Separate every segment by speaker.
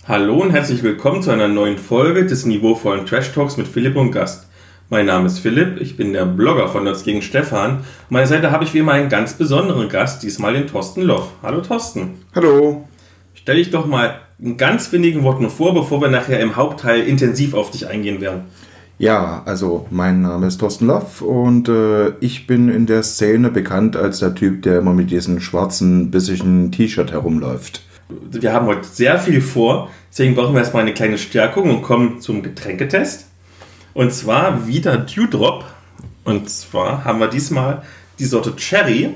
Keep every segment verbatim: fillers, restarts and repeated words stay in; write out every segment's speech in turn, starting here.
Speaker 1: Hallo und herzlich willkommen zu einer neuen Folge des niveauvollen Trash Talks mit Philipp und Gast. Mein Name ist Philipp, ich bin der Blogger von Nerds gegen Stefan. An meiner Seite habe ich wie immer einen ganz besonderen Gast, diesmal den Thorsten Loff. Hallo Thorsten.
Speaker 2: Hallo.
Speaker 1: Stell dich doch mal in ganz wenigen Worten vor, bevor wir nachher im Hauptteil intensiv auf dich eingehen werden.
Speaker 2: Ja, also mein Name ist Thorsten Loff und äh, ich bin in der Szene bekannt als der Typ, der immer mit diesem schwarzen, bissigen T-Shirt herumläuft.
Speaker 1: Wir haben heute sehr viel vor, deswegen brauchen wir erstmal eine kleine Stärkung und kommen zum Getränketest. Und zwar wieder Dewdrop. Und zwar haben wir diesmal die Sorte Cherry.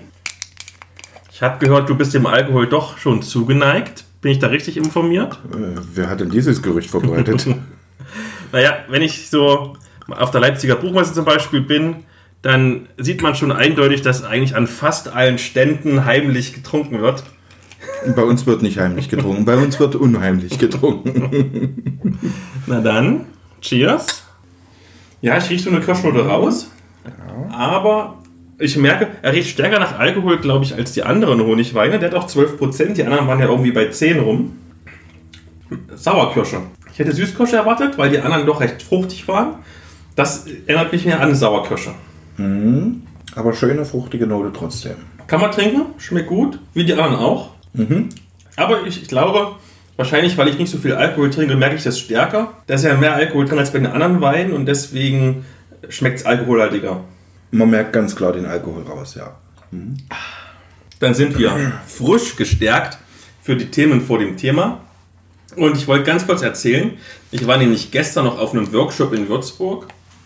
Speaker 1: Ich habe gehört, du bist dem Alkohol doch schon zugeneigt. Bin ich da richtig informiert?
Speaker 2: Äh, wer hat denn dieses Gerücht verbreitet?
Speaker 1: Naja, wenn ich so auf der Leipziger Buchmesse zum Beispiel bin, dann sieht man schon eindeutig, dass eigentlich an fast allen Ständen heimlich getrunken wird.
Speaker 2: Bei uns wird nicht heimlich getrunken, bei uns wird unheimlich getrunken.
Speaker 1: Na dann, cheers. Ja, ich rieche so eine Kirschnote raus, ja. Aber ich merke, er riecht stärker nach Alkohol, glaube ich, als die anderen Honigweine. Der hat auch zwölf Prozent, die anderen waren ja irgendwie bei zehn rum. Sauerkirsche. Ich hätte Süßkirsche erwartet, weil die anderen doch recht fruchtig waren. Das erinnert mich mehr an Sauerkirsche.
Speaker 2: Mhm. Aber schöne, fruchtige Note trotzdem.
Speaker 1: Kann man trinken, schmeckt gut, wie die anderen auch. Mhm. Aber ich, ich glaube, wahrscheinlich, weil ich nicht so viel Alkohol trinke, merke ich das stärker. Da ist ja mehr Alkohol drin als bei den anderen Weinen und deswegen schmeckt es alkoholhaltiger.
Speaker 2: Man merkt ganz klar den Alkohol raus, ja. Mhm.
Speaker 1: Dann sind wir frisch gestärkt für die Themen vor dem Thema. Und ich wollte ganz kurz erzählen, ich war nämlich gestern noch auf einem Workshop in Würzburg.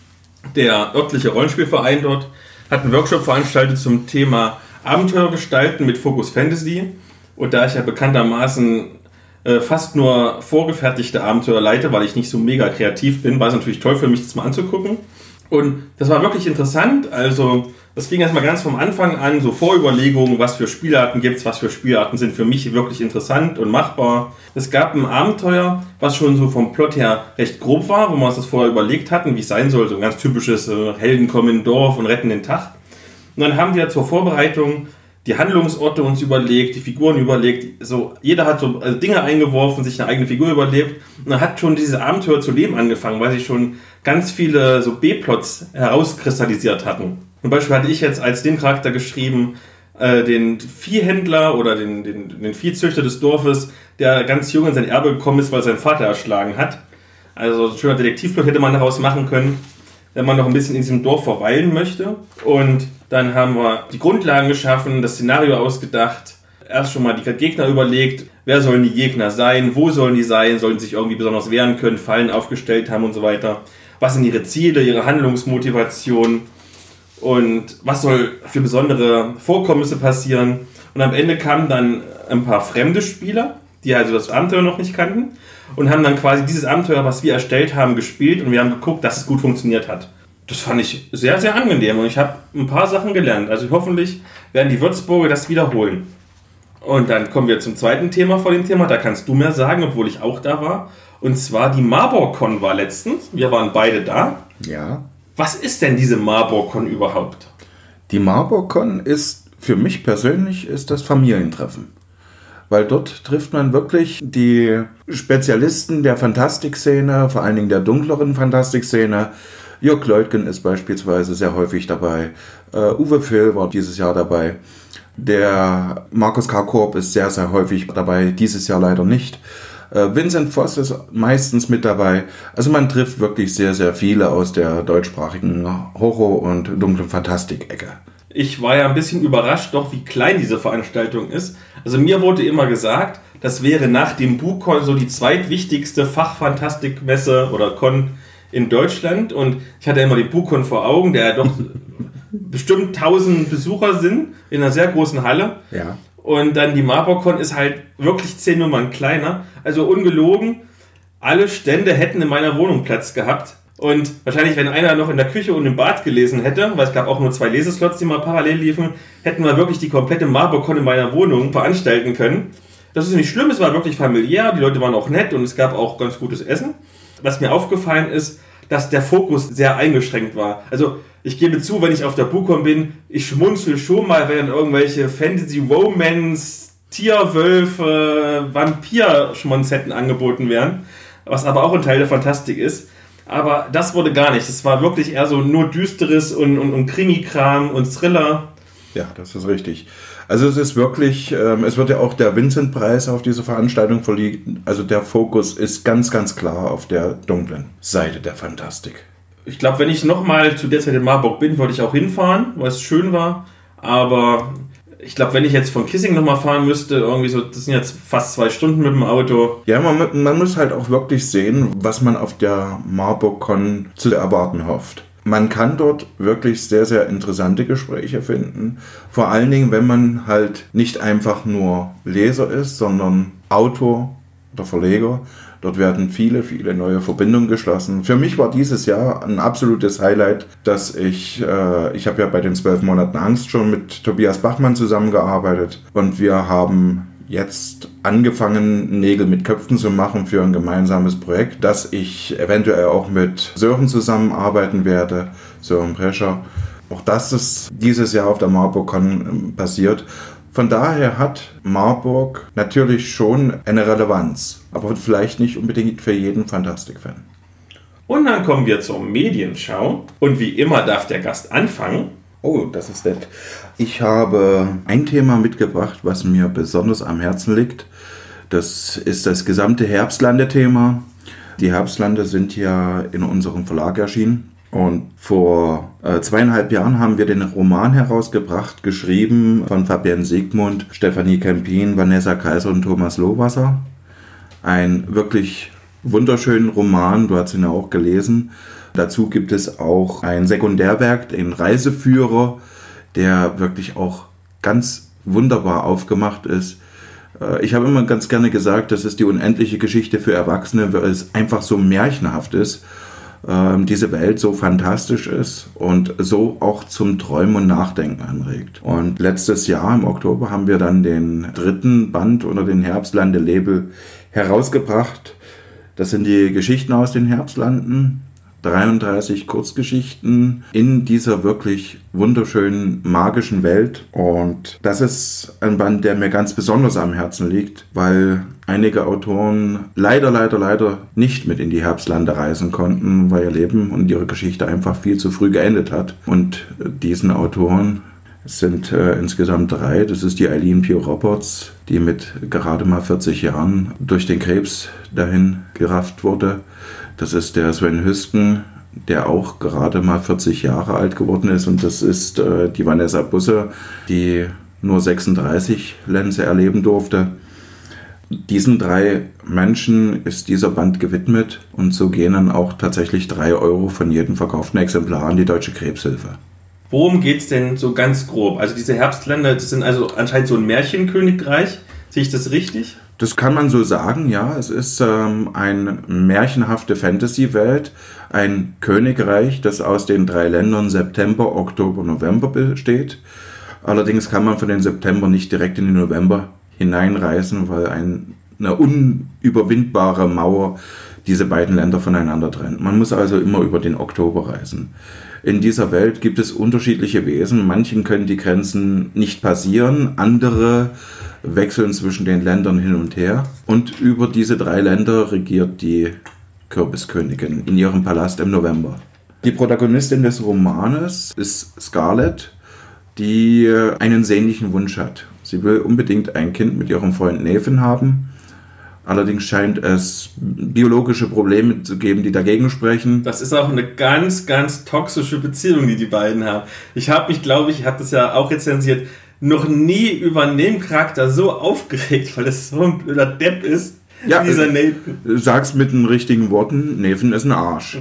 Speaker 1: Der örtliche Rollenspielverein dort hat einen Workshop veranstaltet zum Thema Abenteuer gestalten mit Fokus Fantasy. Und da ich ja bekanntermaßen äh, fast nur vorgefertigte Abenteuer leite, weil ich nicht so mega kreativ bin, war es natürlich toll für mich, das mal anzugucken. Und das war wirklich interessant. Also das ging erstmal ganz vom Anfang an, so Vorüberlegungen, was für Spielarten gibt es, was für Spielarten sind für mich wirklich interessant und machbar. Es gab ein Abenteuer, was schon so vom Plot her recht grob war, wo wir uns das vorher überlegt hatten, wie es sein soll. So ein ganz typisches äh, Helden kommen in ein Dorf und retten den Tag. Und dann haben wir zur Vorbereitung die Handlungsorte uns überlegt, die Figuren überlegt. So, jeder hat so also Dinge eingeworfen, sich eine eigene Figur überlebt. Und dann hat schon dieses Abenteuer zu leben angefangen, weil sich schon ganz viele so B-Plots herauskristallisiert hatten. Zum Beispiel hatte ich jetzt als den Charakter geschrieben, äh, den Viehhändler oder den, den, den Viehzüchter des Dorfes, der ganz jung in sein Erbe gekommen ist, weil sein Vater erschlagen hat. Also ein schöner Detektivplot hätte man daraus machen können, wenn man noch ein bisschen in diesem Dorf verweilen möchte. Und dann haben wir die Grundlagen geschaffen, das Szenario ausgedacht, erst schon mal die Gegner überlegt, wer sollen die Gegner sein, wo sollen die sein, sollen sie sich irgendwie besonders wehren können, Fallen aufgestellt haben und so weiter. Was sind ihre Ziele, ihre Handlungsmotivation und was soll für besondere Vorkommnisse passieren. Und am Ende kamen dann ein paar fremde Spieler, die also das Abenteuer noch nicht kannten und haben dann quasi dieses Abenteuer, was wir erstellt haben, gespielt und wir haben geguckt, dass es gut funktioniert hat. Das fand ich sehr, sehr angenehm und ich habe ein paar Sachen gelernt. Also hoffentlich werden die Würzburger das wiederholen. Und dann kommen wir zum zweiten Thema vor dem Thema. Da kannst du mehr sagen, obwohl ich auch da war. Und zwar die MarborCon war letztens. Wir waren beide da.
Speaker 2: Ja.
Speaker 1: Was ist denn diese MarborCon überhaupt?
Speaker 2: Die MarborCon ist, für mich persönlich, ist das Familientreffen. Weil dort trifft man wirklich die Spezialisten der Fantastikszene, vor allen Dingen der dunkleren Fantastikszene. Jörg Leutgen ist beispielsweise sehr häufig dabei. Uh, Uwe Phil war dieses Jahr dabei. Der Markus K. Korb ist sehr, sehr häufig dabei, dieses Jahr leider nicht. Uh, Vincent Voss ist meistens mit dabei. Also man trifft wirklich sehr, sehr viele aus der deutschsprachigen Horror- und dunklen Fantastik-Ecke.
Speaker 1: Ich war ja ein bisschen überrascht, doch wie klein diese Veranstaltung ist. Also mir wurde immer gesagt, das wäre nach dem BuCon so die zweitwichtigste Fachfantastikmesse oder Con in Deutschland. Und ich hatte immer den BuCon vor Augen, der ja doch bestimmt tausend Besucher sind in einer sehr großen Halle.
Speaker 2: Ja.
Speaker 1: Und dann die MarborCon ist halt wirklich zehn Nummern kleiner. Also ungelogen, alle Stände hätten in meiner Wohnung Platz gehabt. Und wahrscheinlich, wenn einer noch in der Küche und im Bad gelesen hätte, weil es gab auch nur zwei Leseslots, die mal parallel liefen, hätten wir wirklich die komplette MarborCon in meiner Wohnung veranstalten können. Das ist nicht schlimm, es war wirklich familiär, die Leute waren auch nett und es gab auch ganz gutes Essen. Was mir aufgefallen ist, dass der Fokus sehr eingeschränkt war. Also ich gebe zu, wenn ich auf der BuCon bin, ich schmunzel schon mal, wenn irgendwelche Fantasy-Romance Tierwölfe, Vampir-Schmonzetten angeboten werden, was aber auch ein Teil der Fantastik ist. Aber das wurde gar nicht. Es war wirklich eher so nur Düsteres und, und, und Krimi-Kram und Thriller.
Speaker 2: Ja, das ist richtig. Also es ist wirklich, ähm, es wird ja auch der Vincent-Preis auf diese Veranstaltung verliehen. Also der Fokus ist ganz, ganz klar auf der dunklen Seite der Fantastik.
Speaker 1: Ich glaube, wenn ich nochmal zu der Zeit in Marburg bin, würde ich auch hinfahren, weil es schön war. Aber ich glaube, wenn ich jetzt von Kissing nochmal fahren müsste, irgendwie so, das sind jetzt fast zwei Stunden mit dem Auto.
Speaker 2: Ja, man, man muss halt auch wirklich sehen, was man auf der MarburgCon zu erwarten hofft. Man kann dort wirklich sehr, sehr interessante Gespräche finden. Vor allen Dingen, wenn man halt nicht einfach nur Leser ist, sondern Autor oder Verleger. Dort werden viele, viele neue Verbindungen geschlossen. Für mich war dieses Jahr ein absolutes Highlight, dass ich, äh, ich habe ja bei den zwölf Monaten Angst schon mit Tobias Bachmann zusammengearbeitet und wir haben jetzt angefangen, Nägel mit Köpfen zu machen für ein gemeinsames Projekt, dass ich eventuell auch mit Sören zusammenarbeiten werde, Sören Prescher. Auch das ist dieses Jahr auf der MarburgCon passiert. Von daher hat Marburg natürlich schon eine Relevanz, aber vielleicht nicht unbedingt für jeden Fantastik-Fan.
Speaker 1: Und dann kommen wir zur Medienschau. Und wie immer darf der Gast anfangen.
Speaker 2: Oh, das ist nett. Ich habe ein Thema mitgebracht, was mir besonders am Herzen liegt. Das ist das gesamte Herbstlande-Thema. Die Herbstlande sind ja in unserem Verlag erschienen. Und vor äh, zweieinhalb Jahren haben wir den Roman herausgebracht, geschrieben von Fabienne Siegmund, Stefanie Kempin, Vanessa Kaiser und Thomas Lohwasser. Ein wirklich wunderschönen Roman, du hast ihn ja auch gelesen. Dazu gibt es auch ein Sekundärwerk, den Reiseführer, der wirklich auch ganz wunderbar aufgemacht ist. Äh, ich habe immer ganz gerne gesagt, das ist die unendliche Geschichte für Erwachsene, weil es einfach so märchenhaft ist. Diese Welt so fantastisch ist und so auch zum Träumen und Nachdenken anregt. Und letztes Jahr im Oktober haben wir dann den dritten Band unter den Herbstlande-Label herausgebracht. Das sind die Geschichten aus den Herbstlanden, dreiunddreißig Kurzgeschichten in dieser wirklich wunderschönen, magischen Welt. Und das ist ein Band, der mir ganz besonders am Herzen liegt, weil einige Autoren leider, leider, leider nicht mit in die Herbstlande reisen konnten, weil ihr Leben und ihre Geschichte einfach viel zu früh geendet hat. Und diesen Autoren, es sind äh, insgesamt drei, das ist die Eileen Pugh Roberts, die mit gerade mal vierzig Jahren durch den Krebs dahin gerafft wurde. Das ist der Sven Hüsken, der auch gerade mal vierzig Jahre alt geworden ist. Und das ist äh, die Vanessa Busse, die nur sechsunddreißig Lenze erleben durfte. Diesen drei Menschen ist dieser Band gewidmet. Und so gehen dann auch tatsächlich drei Euro von jedem verkauften Exemplar an die Deutsche Krebshilfe.
Speaker 1: Worum geht es denn so ganz grob? Also diese Herbstländer, das sind also anscheinend so ein Märchenkönigreich. Sehe ich das richtig?
Speaker 2: Das kann man so sagen, ja. Es ist ähm, eine märchenhafte Fantasy-Welt, ein Königreich, das aus den drei Ländern September, Oktober, November besteht. Allerdings kann man von den September nicht direkt in den November hineinreisen, weil ein, eine unüberwindbare Mauer diese beiden Länder voneinander trennt. Man muss also immer über den Oktober reisen. In dieser Welt gibt es unterschiedliche Wesen. Manchen können die Grenzen nicht passieren, andere wechseln zwischen den Ländern hin und her. Und über diese drei Länder regiert die Kürbiskönigin in ihrem Palast im November. Die Protagonistin des Romanes ist Scarlett, die einen sehnlichen Wunsch hat. Sie will unbedingt ein Kind mit ihrem Freund Nathan haben. Allerdings scheint es biologische Probleme zu geben, die dagegen sprechen.
Speaker 1: Das ist auch eine ganz, ganz toxische Beziehung, die die beiden haben. Ich habe mich, glaube ich, ich habe das ja auch rezensiert, noch nie über einen Nebencharakter so aufgeregt, weil es so ein blöder Depp ist,
Speaker 2: ja,
Speaker 1: dieser Nathan.
Speaker 2: Du sagst mit den richtigen Worten, Nathan ist ein Arsch.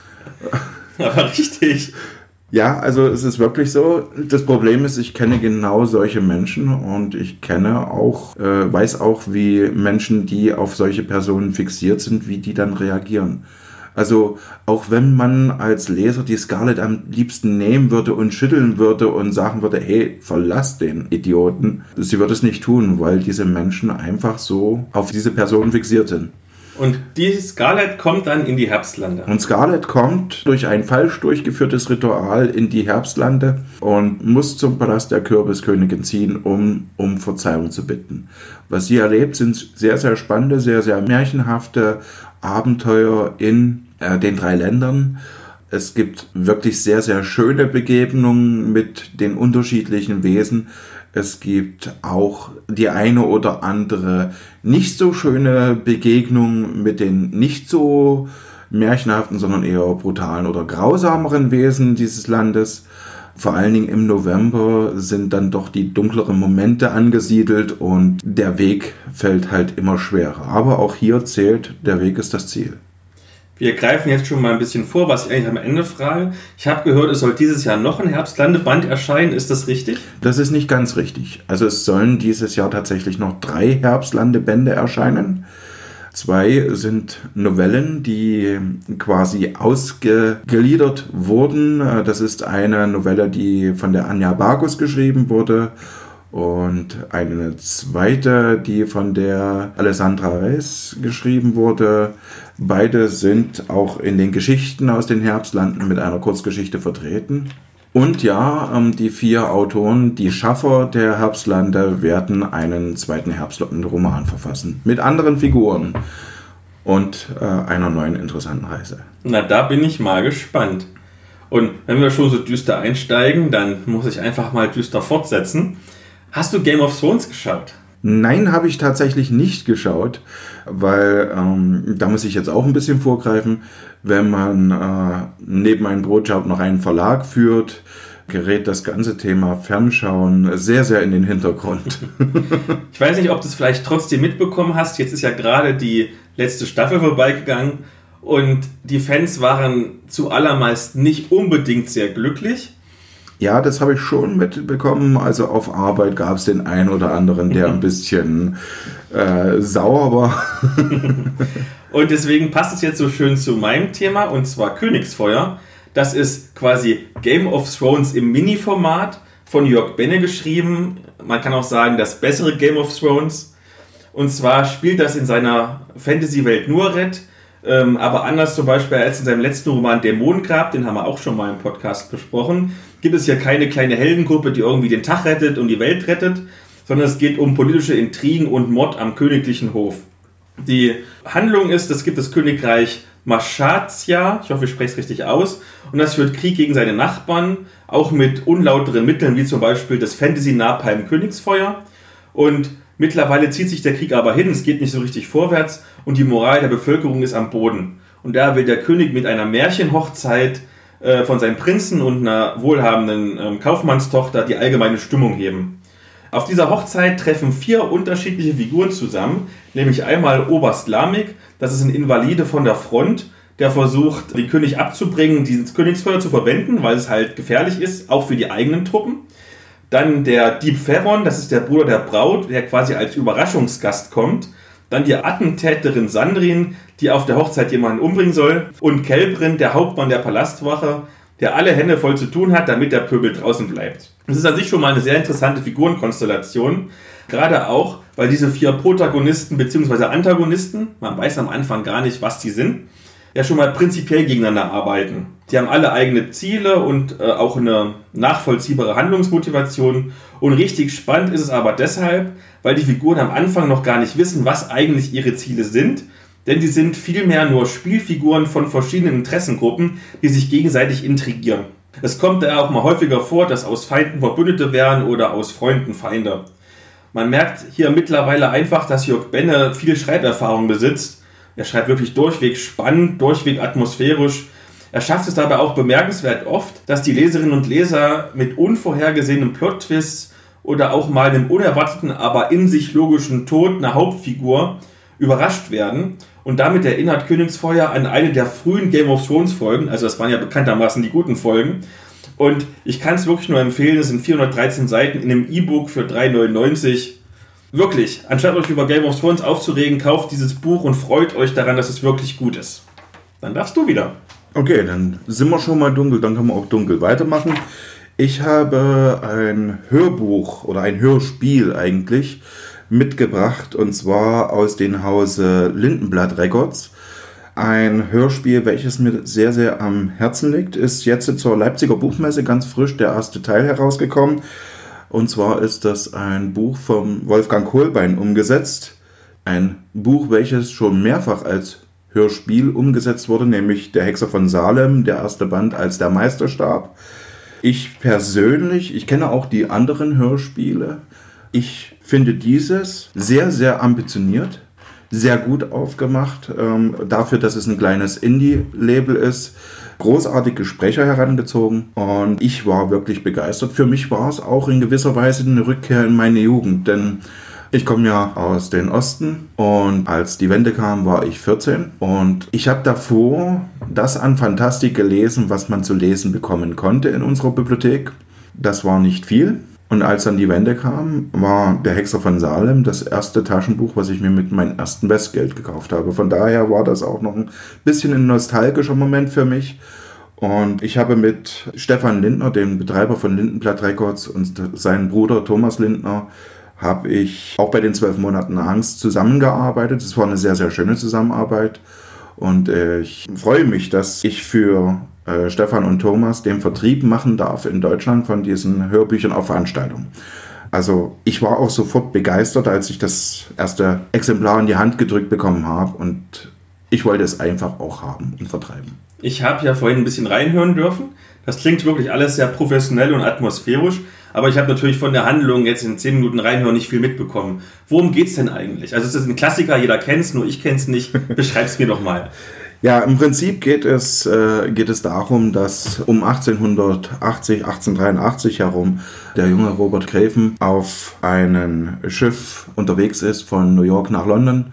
Speaker 1: Aber richtig.
Speaker 2: Ja, also es ist wirklich so. Das Problem ist, ich kenne genau solche Menschen und ich kenne auch, äh, weiß auch, wie Menschen, die auf solche Personen fixiert sind, wie die dann reagieren. Also auch wenn man als Leser die Scarlett am liebsten nehmen würde und schütteln würde und sagen würde, hey, verlass den Idioten, sie würde es nicht tun, weil diese Menschen einfach so auf diese Person fixiert sind.
Speaker 1: Und die Scarlett kommt dann in die Herbstlande.
Speaker 2: Und Scarlett kommt durch ein falsch durchgeführtes Ritual in die Herbstlande und muss zum Palast der Kürbiskönigin ziehen, um um Verzeihung zu bitten. Was sie erlebt, sind sehr, sehr spannende, sehr, sehr märchenhafte Abenteuer in äh, den drei Ländern. Es gibt wirklich sehr, sehr schöne Begegnungen mit den unterschiedlichen Wesen. Es gibt auch die eine oder andere nicht so schöne Begegnung mit den nicht so märchenhaften, sondern eher brutalen oder grausameren Wesen dieses Landes. Vor allen Dingen im November sind dann doch die dunkleren Momente angesiedelt und der Weg fällt halt immer schwerer. Aber auch hier zählt, der Weg ist das Ziel.
Speaker 1: Wir greifen jetzt schon mal ein bisschen vor, was ich eigentlich am Ende frage. Ich habe gehört, es soll dieses Jahr noch ein Herbstlandeband erscheinen. Ist das richtig?
Speaker 2: Das ist nicht ganz richtig. Also es sollen dieses Jahr tatsächlich noch drei Herbstlandebände erscheinen. Zwei sind Novellen, die quasi ausgegliedert wurden. Das ist eine Novelle, die von der Anja Bargus geschrieben wurde. Und eine zweite, die von der Alessandra Reis geschrieben wurde. Beide sind auch in den Geschichten aus den Herbstlanden mit einer Kurzgeschichte vertreten. Und ja, die vier Autoren, die Schaffer der Herbstlande, werden einen zweiten Herbstlandenroman verfassen. Mit anderen Figuren und äh, einer neuen interessanten Reise.
Speaker 1: Na, da bin ich mal gespannt. Und wenn wir schon so düster einsteigen, dann muss ich einfach mal düster fortsetzen. Hast du Game of Thrones geschaut?
Speaker 2: Nein, habe ich tatsächlich nicht geschaut, weil ähm, da muss ich jetzt auch ein bisschen vorgreifen. Wenn man äh, neben einem Brotjob noch einen Verlag führt, gerät das ganze Thema Fernschauen sehr, sehr in den Hintergrund.
Speaker 1: Ich weiß nicht, ob du es vielleicht trotzdem mitbekommen hast. Jetzt ist ja gerade die letzte Staffel vorbeigegangen und die Fans waren zuallermeist nicht unbedingt sehr glücklich.
Speaker 2: Ja, das habe ich schon mitbekommen. Also auf Arbeit gab es den einen oder anderen, der ein bisschen äh, sauer war.
Speaker 1: Und deswegen passt es jetzt so schön zu meinem Thema, und zwar Königsfeuer. Das ist quasi Game of Thrones im Mini-Format, von Jörg Benne geschrieben. Man kann auch sagen, das bessere Game of Thrones. Und zwar spielt das in seiner Fantasy-Welt Nuaret, ähm, aber anders zum Beispiel als in seinem letzten Roman Dämonengrab, den haben wir auch schon mal im Podcast besprochen, gibt es ja keine kleine Heldengruppe, die irgendwie den Tag rettet und die Welt rettet, sondern es geht um politische Intrigen und Mord am königlichen Hof. Die Handlung ist, es gibt das Königreich Maschatia, ich hoffe, ich spreche es richtig aus, und das führt Krieg gegen seine Nachbarn, auch mit unlauteren Mitteln, wie zum Beispiel das Fantasy-Napalm Königsfeuer. Und mittlerweile zieht sich der Krieg aber hin, es geht nicht so richtig vorwärts und die Moral der Bevölkerung ist am Boden. Und da will der König mit einer Märchenhochzeit äh, von seinem Prinzen und einer wohlhabenden äh, Kaufmannstochter die allgemeine Stimmung heben. Auf dieser Hochzeit treffen vier unterschiedliche Figuren zusammen, nämlich einmal Oberst Lamik, das ist ein Invalide von der Front, der versucht, den König abzubringen, dieses Königsfeuer zu verwenden, weil es halt gefährlich ist, auch für die eigenen Truppen. Dann der Dieb Ferron, das ist der Bruder der Braut, der quasi als Überraschungsgast kommt. Dann die Attentäterin Sandrin, die auf der Hochzeit jemanden umbringen soll. Und Kelbrin, der Hauptmann der Palastwache, der alle Hände voll zu tun hat, damit der Pöbel draußen bleibt. Das ist an sich schon mal eine sehr interessante Figurenkonstellation. Gerade auch, weil diese vier Protagonisten bzw. Antagonisten, man weiß am Anfang gar nicht, was die sind, ja schon mal prinzipiell gegeneinander arbeiten. Die haben alle eigene Ziele und äh, auch eine nachvollziehbare Handlungsmotivation. Und richtig spannend ist es aber deshalb, weil die Figuren am Anfang noch gar nicht wissen, was eigentlich ihre Ziele sind. Denn die sind vielmehr nur Spielfiguren von verschiedenen Interessengruppen, die sich gegenseitig intrigieren. Es kommt daher auch mal häufiger vor, dass aus Feinden Verbündete werden oder aus Freunden Feinde. Man merkt hier mittlerweile einfach, dass Jörg Benne viel Schreiberfahrung besitzt. Er schreibt wirklich durchweg spannend, durchweg atmosphärisch. Er schafft es dabei auch bemerkenswert oft, dass die Leserinnen und Leser mit unvorhergesehenen Plot-Twists oder auch mal einem unerwarteten, aber in sich logischen Tod einer Hauptfigur überrascht werden. Und damit erinnert Königsfeuer an eine der frühen Game of Thrones Folgen, also das waren ja bekanntermaßen die guten Folgen. Und ich kann es wirklich nur empfehlen, es sind vierhundertdreizehn Seiten in einem E-Book für drei neunundneunzig. Wirklich, anstatt euch über Game of Thrones aufzuregen, kauft dieses Buch und freut euch daran, dass es wirklich gut ist. Dann darfst du wieder.
Speaker 2: Okay, dann sind wir schon mal dunkel, dann können wir auch dunkel weitermachen. Ich habe ein Hörbuch oder ein Hörspiel eigentlich mitgebracht, und zwar aus dem Hause Lindenblatt Records. Ein Hörspiel, welches mir sehr, sehr am Herzen liegt, ist jetzt zur Leipziger Buchmesse ganz frisch der erste Teil herausgekommen. Und zwar ist das ein Buch von Wolfgang Holbein umgesetzt. Ein Buch, welches schon mehrfach als Hörspiel umgesetzt wurde, nämlich Der Hexer von Salem, der erste Band als Der Meisterstab. Ich persönlich, ich kenne auch die anderen Hörspiele. Ich finde dieses sehr, sehr ambitioniert, sehr gut aufgemacht, ähm, dafür, dass es ein kleines Indie-Label ist. Großartige Sprecher herangezogen und ich war wirklich begeistert. Für mich war es auch in gewisser Weise eine Rückkehr in meine Jugend, denn ich komme ja aus dem Osten und als die Wende kam, war ich vierzehn und ich habe davor das an Fantastik gelesen, was man zu lesen bekommen konnte in unserer Bibliothek. Das war nicht viel. Und als dann die Wende kam, war Der Hexer von Salem das erste Taschenbuch, was ich mir mit meinem ersten Westgeld gekauft habe. Von daher war das auch noch ein bisschen ein nostalgischer Moment für mich. Und ich habe mit Stefan Lindner, dem Betreiber von Lindenblatt Records, und seinem Bruder Thomas Lindner, habe ich auch bei den zwölf Monaten Angst zusammengearbeitet. Es war eine sehr, sehr schöne Zusammenarbeit. Und äh, ich freue mich, dass ich für äh, Stefan und Thomas den Vertrieb machen darf in Deutschland von diesen Hörbüchern auf Veranstaltungen. Also ich war auch sofort begeistert, als ich das erste Exemplar in die Hand gedrückt bekommen habe. Und ich wollte es einfach auch haben und vertreiben.
Speaker 1: Ich habe ja vorhin ein bisschen reinhören dürfen. Das klingt wirklich alles sehr professionell und atmosphärisch. Aber ich habe natürlich von der Handlung jetzt in zehn Minuten reinhören nicht viel mitbekommen. Worum geht's denn eigentlich? Also es ist ein Klassiker, jeder kennt's, nur ich kenn's nicht. Beschreib's mir doch mal.
Speaker 2: Ja, im Prinzip geht es, äh, geht es darum, dass um achtzehnhundertachtzig, achtzehnhundertdreiundachtzig herum der junge Robert Graven auf einem Schiff unterwegs ist von New York nach London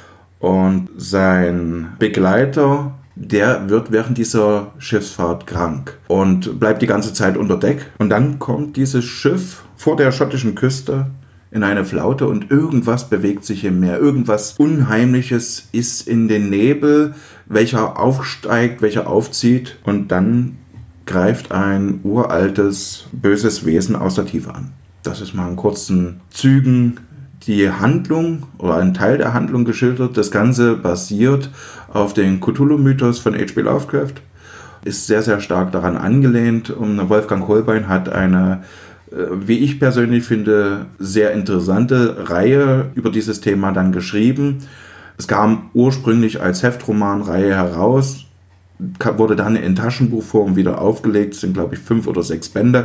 Speaker 2: und sein Begleiter, der wird während dieser Schiffsfahrt krank und bleibt die ganze Zeit unter Deck. Und dann kommt dieses Schiff vor der schottischen Küste in eine Flaute und irgendwas bewegt sich im Meer. Irgendwas Unheimliches ist in den Nebel, welcher aufsteigt, welcher aufzieht. Und dann greift ein uraltes, böses Wesen aus der Tiefe an. Das ist mal in kurzen Zügen die Handlung oder ein Teil der Handlung geschildert. Das Ganze basiert auf den Cthulhu-Mythos von H P Lovecraft. Ist sehr, sehr stark daran angelehnt. Und Wolfgang Holbein hat eine, wie ich persönlich finde, sehr interessante Reihe über dieses Thema dann geschrieben. Es kam ursprünglich als Heftromanreihe heraus, wurde dann in Taschenbuchform wieder aufgelegt. Es sind, glaube ich, fünf oder sechs Bände.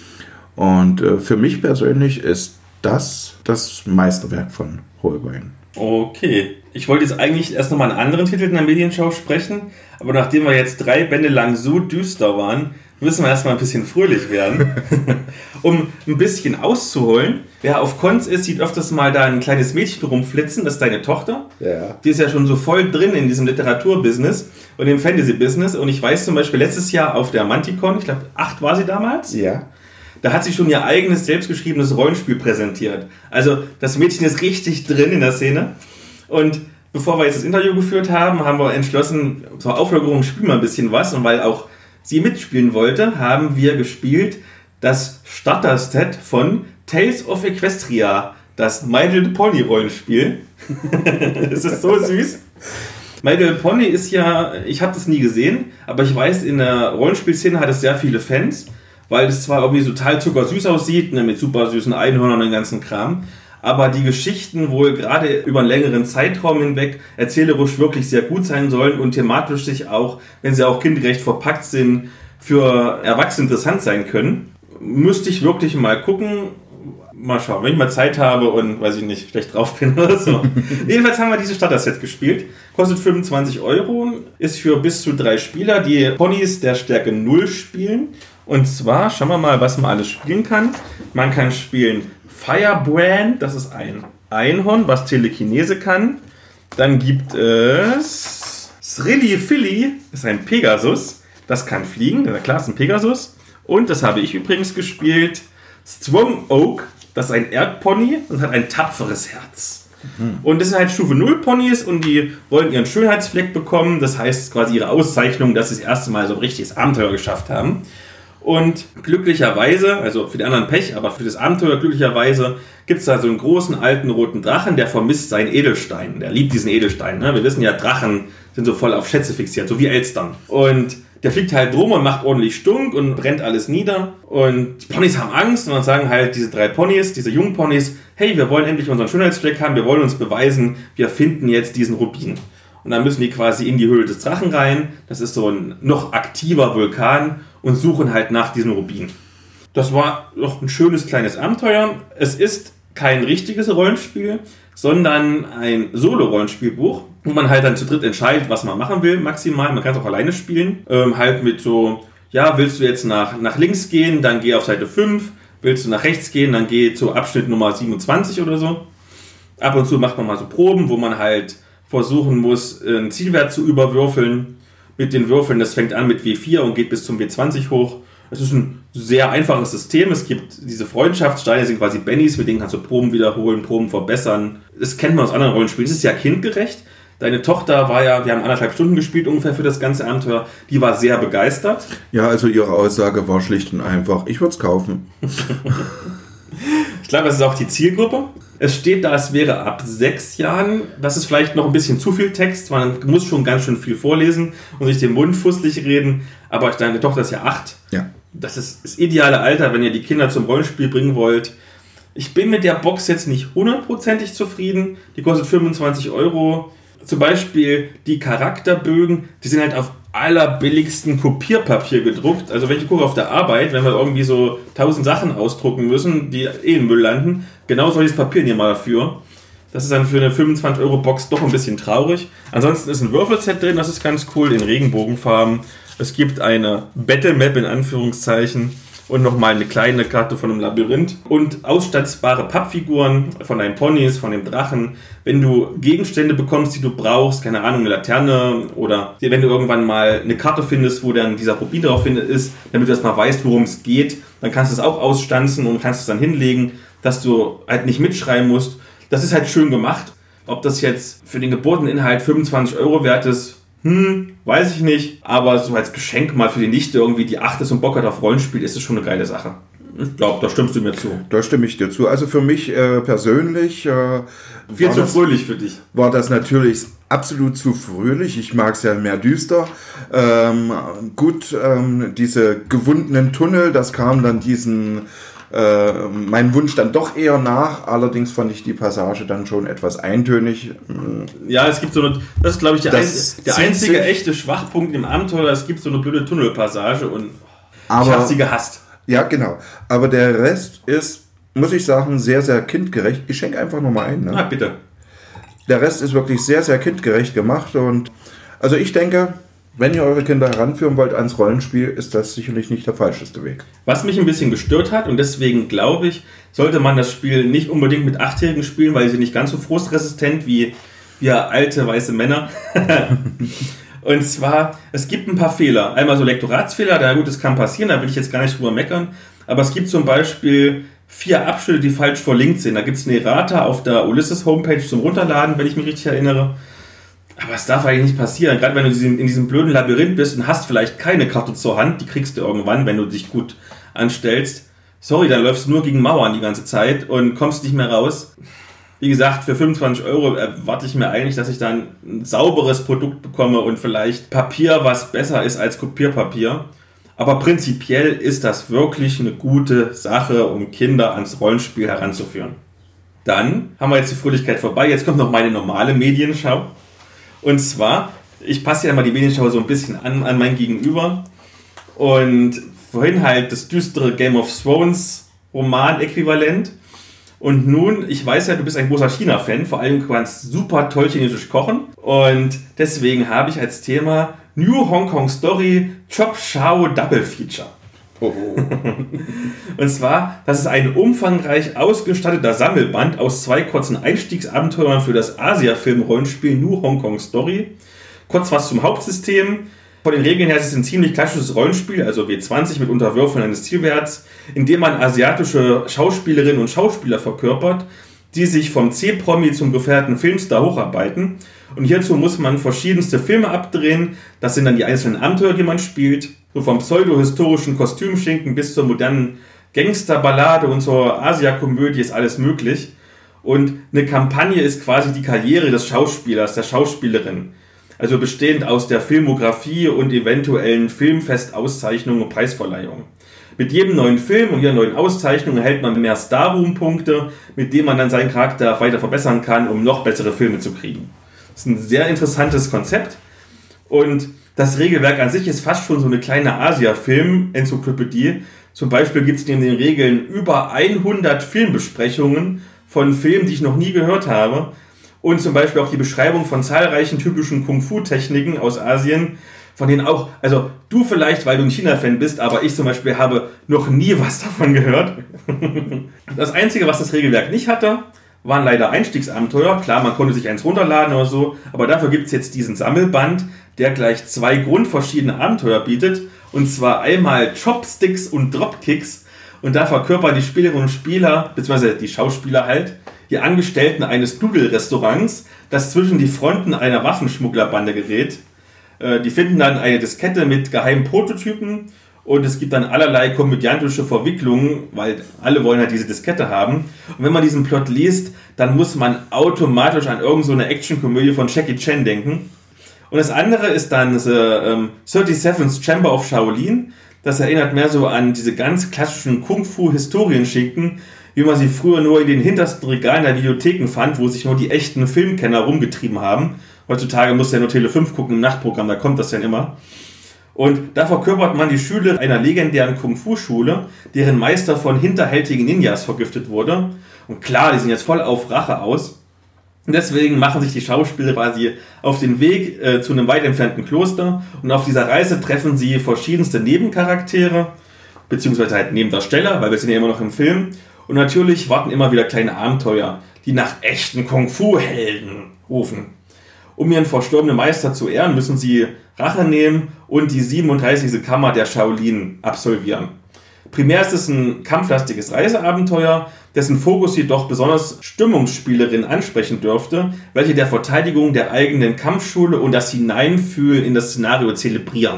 Speaker 2: Und für mich persönlich ist das das Meisterwerk von Holbein.
Speaker 1: Okay. Ich wollte jetzt eigentlich erst nochmal einen anderen Titel in der Medienschau sprechen, aber nachdem wir jetzt drei Bände lang so düster waren, müssen wir erstmal ein bisschen fröhlich werden. Um ein bisschen auszuholen, wer auf Cons ist, sieht öfters mal da ein kleines Mädchen rumflitzen, das ist deine Tochter.
Speaker 2: Ja.
Speaker 1: Die ist ja schon so voll drin in diesem Literaturbusiness und im Fantasy-Business. Und ich weiß zum Beispiel letztes Jahr auf der Manticon, ich glaube acht war sie damals.
Speaker 2: Ja.
Speaker 1: Da hat sie schon ihr eigenes selbstgeschriebenes Rollenspiel präsentiert. Also das Mädchen ist richtig drin in der Szene. Und bevor wir jetzt das Interview geführt haben, haben wir entschlossen, zur Auflockerung spielen wir ein bisschen was. Und weil auch sie mitspielen wollte, haben wir gespielt das Starter-Set von Tales of Equestria, das My Little Pony Rollenspiel. Es ist so süß. My Little Pony ist ja, ich habe das nie gesehen, aber ich weiß, in der Rollenspielszene hat es sehr viele Fans, weil es zwar irgendwie total zuckersüß aussieht, ne, mit super süßen Einhörnern und den ganzen Kram, aber die Geschichten wohl gerade über einen längeren Zeitraum hinweg erzählerisch wirklich sehr gut sein sollen und thematisch sich auch, wenn sie auch kindgerecht verpackt sind, für Erwachsene interessant sein können. Müsste ich wirklich mal gucken. Mal schauen, wenn ich mal Zeit habe und, weiß ich nicht, schlecht drauf bin oder so. Jedenfalls haben wir dieses Starter-Set gespielt. Kostet fünfundzwanzig Euro, ist für bis zu drei Spieler, die Ponys der Stärke null spielen. Und zwar, schauen wir mal, was man alles spielen kann. Man kann spielen Firebrand, das ist ein Einhorn, was Telekinese kann. Dann gibt es Srilly Philly, das ist ein Pegasus, das kann fliegen, klar, ist ein Pegasus. Und das habe ich übrigens gespielt, Strong Oak, das ist ein Erdpony und hat ein tapferes Herz. Mhm. Und das sind halt Stufe null Ponys und die wollen ihren Schönheitsfleck bekommen. Das heißt quasi ihre Auszeichnung, dass sie das erste Mal so ein richtiges Abenteuer geschafft haben. Und glücklicherweise, also für die anderen Pech, aber für das Abenteuer glücklicherweise, gibt es da so einen großen alten roten Drachen, der vermisst seinen Edelstein. Der liebt diesen Edelstein. Ne? Wir wissen ja, Drachen sind so voll auf Schätze fixiert, so wie Elstern. Und der fliegt halt drum und macht ordentlich Stunk und brennt alles nieder. Und die Ponys haben Angst und dann sagen halt diese drei Ponys, diese jungen Ponys, hey, wir wollen endlich unseren Schönheitsfleck haben, wir wollen uns beweisen, wir finden jetzt diesen Rubin. Und dann müssen die quasi in die Höhle des Drachen rein. Das ist so ein noch aktiver Vulkan und suchen halt nach diesem Rubin. Das war doch ein schönes kleines Abenteuer. Es ist kein richtiges Rollenspiel, sondern ein Solo-Rollenspielbuch, wo man halt dann zu dritt entscheidet, was man machen will, maximal. Man kann es auch alleine spielen. Ähm, halt mit so, ja, willst du jetzt nach, nach links gehen, dann geh auf Seite fünf. Willst du nach rechts gehen, dann geh zu Abschnitt Nummer siebenundzwanzig oder so. Ab und zu macht man mal so Proben, wo man halt versuchen muss, einen Zielwert zu überwürfeln. Mit den Würfeln, das fängt an mit W vier und geht bis zum W zwanzig hoch. Es ist ein sehr einfaches System. Es gibt diese Freundschaftssteine, sind quasi Bennys, mit denen kannst du Proben wiederholen, Proben verbessern. Das kennt man aus anderen Rollenspielen. Es ist ja kindgerecht. Deine Tochter war ja, wir haben anderthalb Stunden gespielt ungefähr für das ganze Abenteuer, die war sehr begeistert.
Speaker 2: Ja, also ihre Aussage war schlicht und einfach, ich würde es kaufen.
Speaker 1: Ich glaube, das ist auch die Zielgruppe. Es steht da, es wäre ab sechs Jahren. Das ist vielleicht noch ein bisschen zu viel Text. Man muss schon ganz schön viel vorlesen und sich den Mund fusselig reden. Aber deine Tochter ist ja acht.
Speaker 2: Ja.
Speaker 1: Das ist das ideale Alter, wenn ihr die Kinder zum Rollenspiel bringen wollt. Ich bin mit der Box jetzt nicht hundertprozentig zufrieden. Die kostet fünfundzwanzig Euro. Zum Beispiel die Charakterbögen, die sind halt auf allerbilligsten Kopierpapier gedruckt. Also wenn ich gucke auf der Arbeit, wenn wir irgendwie so tausend Sachen ausdrucken müssen, die eh in Müll landen, genau solches Papier nehmen wir dafür. Das ist dann für eine fünfundzwanzig Euro Box doch ein bisschen traurig. Ansonsten ist ein Würfelset drin, das ist ganz cool, in Regenbogenfarben. Es gibt eine Battle Map in Anführungszeichen und nochmal eine kleine Karte von einem Labyrinth und ausstattbare Pappfiguren von deinen Ponys, von dem Drachen. Wenn du Gegenstände bekommst, die du brauchst, keine Ahnung, eine Laterne oder wenn du irgendwann mal eine Karte findest, wo dann dieser Rubin drauf ist, damit du erstmal weißt, worum es geht, dann kannst du es auch ausstanzen und kannst es dann hinlegen, dass du halt nicht mitschreiben musst. Das ist halt schön gemacht. Ob das jetzt für den gebotenen Inhalt fünfundzwanzig Euro wert ist, Hm, weiß ich nicht, aber so als Geschenk mal für die Nichte irgendwie, die acht ist und Bock hat auf Rollenspiel, ist es schon eine geile Sache. Ich glaube, da stimmst du mir zu.
Speaker 2: Da stimme ich dir zu. Also für mich äh, persönlich... Äh,
Speaker 1: Viel zu das, fröhlich für dich.
Speaker 2: War das natürlich absolut zu fröhlich. Ich mag es ja mehr düster. Ähm, gut, ähm, diese gewundenen Tunnel, das kam dann diesen... Äh, mein Wunsch dann doch eher nach, allerdings fand ich die Passage dann schon etwas eintönig.
Speaker 1: Ja, es gibt so eine, das ist glaube ich der, ein, der einzige echte Schwachpunkt im Abenteuer, es gibt so eine blöde Tunnelpassage und aber, ich habe sie gehasst.
Speaker 2: Ja, genau. Aber der Rest ist, muss ich sagen, sehr, sehr kindgerecht. Ich schenke einfach nochmal ein. Ne?
Speaker 1: Ah, bitte.
Speaker 2: Der Rest ist wirklich sehr, sehr kindgerecht gemacht und also ich denke, wenn ihr eure Kinder heranführen wollt ans Rollenspiel, ist das sicherlich nicht der falscheste Weg.
Speaker 1: Was mich ein bisschen gestört hat und deswegen glaube ich, sollte man das Spiel nicht unbedingt mit Achtjährigen spielen, weil sie nicht ganz so frustresistent wie wir alte weiße Männer. Und zwar, es gibt ein paar Fehler. Einmal so Lektoratsfehler, na gut, das kann passieren, da will ich jetzt gar nicht drüber meckern. Aber es gibt zum Beispiel vier Abschnitte, die falsch verlinkt sind. Da gibt es eine Errata auf der Ulysses Homepage zum Runterladen, wenn ich mich richtig erinnere. Aber es darf eigentlich nicht passieren, gerade wenn du in diesem blöden Labyrinth bist und hast vielleicht keine Karte zur Hand, die kriegst du irgendwann, wenn du dich gut anstellst. Sorry, dann läufst du nur gegen Mauern die ganze Zeit und kommst nicht mehr raus. Wie gesagt, für fünfundzwanzig Euro erwarte ich mir eigentlich, dass ich dann ein sauberes Produkt bekomme und vielleicht Papier, was besser ist als Kopierpapier. Aber prinzipiell ist das wirklich eine gute Sache, um Kinder ans Rollenspiel heranzuführen. Dann haben wir jetzt die Fröhlichkeit vorbei, jetzt kommt noch meine normale Medienschau. Und zwar, ich passe ja immer die Medienschau so ein bisschen an, an mein Gegenüber. Und vorhin halt das düstere Game of Thrones Roman-Äquivalent. Und nun, ich weiß ja, du bist ein großer China-Fan, vor allem du kannst super toll chinesisch kochen. Und deswegen habe ich als Thema New Hong Kong Story Chop Chao Double Feature. Oh. Und zwar, das ist ein umfangreich ausgestatteter Sammelband aus zwei kurzen Einstiegsabenteuern für das Asia-Film-Rollenspiel New Hong Kong Story. Kurz was zum Hauptsystem. Von den Regeln her ist es ein ziemlich klassisches Rollenspiel, also W zwanzig mit Unterwürfeln eines Zielwerts, in dem man asiatische Schauspielerinnen und Schauspieler verkörpert, die sich vom C-Promi zum gefährten Filmstar hocharbeiten. Und hierzu muss man verschiedenste Filme abdrehen. Das sind dann die einzelnen Abenteuer, die man spielt. So vom pseudo-historischen Kostümschinken bis zur modernen Gangsterballade und zur Asia-Komödie ist alles möglich. Und eine Kampagne ist quasi die Karriere des Schauspielers, der Schauspielerin. Also bestehend aus der Filmografie und eventuellen Filmfestauszeichnungen und Preisverleihungen. Mit jedem neuen Film und jeder neuen Auszeichnung erhält man mehr Starboom-Punkte, mit denen man dann seinen Charakter weiter verbessern kann, um noch bessere Filme zu kriegen. Das ist ein sehr interessantes Konzept. Und das Regelwerk an sich ist fast schon so eine kleine Asia-Film-Enzyklopädie. Zum Beispiel gibt es neben den Regeln über hundert Filmbesprechungen von Filmen, die ich noch nie gehört habe. Und zum Beispiel auch die Beschreibung von zahlreichen typischen Kung-Fu-Techniken aus Asien, von denen auch, also du vielleicht, weil du ein China-Fan bist, aber ich zum Beispiel habe noch nie was davon gehört. Das Einzige, was das Regelwerk nicht hatte, waren leider Einstiegsabenteuer. Klar, man konnte sich eins runterladen oder so, aber dafür gibt es jetzt diesen Sammelband, der gleich zwei grundverschiedene Abenteuer bietet. Und zwar einmal Chopsticks und Dropkicks. Und da verkörpern die Spielerinnen und Spieler, beziehungsweise die Schauspieler halt, die Angestellten eines Nudelrestaurants, das zwischen die Fronten einer Waffenschmugglerbande gerät. Die finden dann eine Diskette mit geheimen Prototypen und es gibt dann allerlei komödiantische Verwicklungen, weil alle wollen halt diese Diskette haben. Und wenn man diesen Plot liest, dann muss man automatisch an irgend so eine Actionkomödie von Jackie Chan denken. Und das andere ist dann The ähm, thirty-seventh Chamber of Shaolin. Das erinnert mehr so an diese ganz klassischen Kung-Fu-Historienschinken, wie man sie früher nur in den hintersten Regalen der Videotheken fand, wo sich nur die echten Filmkenner rumgetrieben haben. Heutzutage muss ja nur Tele fünf gucken im Nachtprogramm, da kommt das dann immer. Und da verkörpert man die Schüler einer legendären Kung-Fu-Schule, deren Meister von hinterhältigen Ninjas vergiftet wurde. Und klar, die sind jetzt voll auf Rache aus. Und deswegen machen sich die Schauspieler quasi auf den Weg äh, zu einem weit entfernten Kloster. Und auf dieser Reise treffen sie verschiedenste Nebencharaktere, beziehungsweise halt Nebendarsteller, weil wir sind ja immer noch im Film. Und natürlich warten immer wieder kleine Abenteuer, die nach echten Kung-Fu-Helden rufen. Um ihren verstorbenen Meister zu ehren, müssen sie Rache nehmen und die siebenunddreißigste Kammer der Shaolin absolvieren. Primär ist es ein kampflastiges Reiseabenteuer, dessen Fokus jedoch besonders Stimmungsspielerinnen ansprechen dürfte, welche der Verteidigung der eigenen Kampfschule und das Hineinfühlen in das Szenario zelebrieren.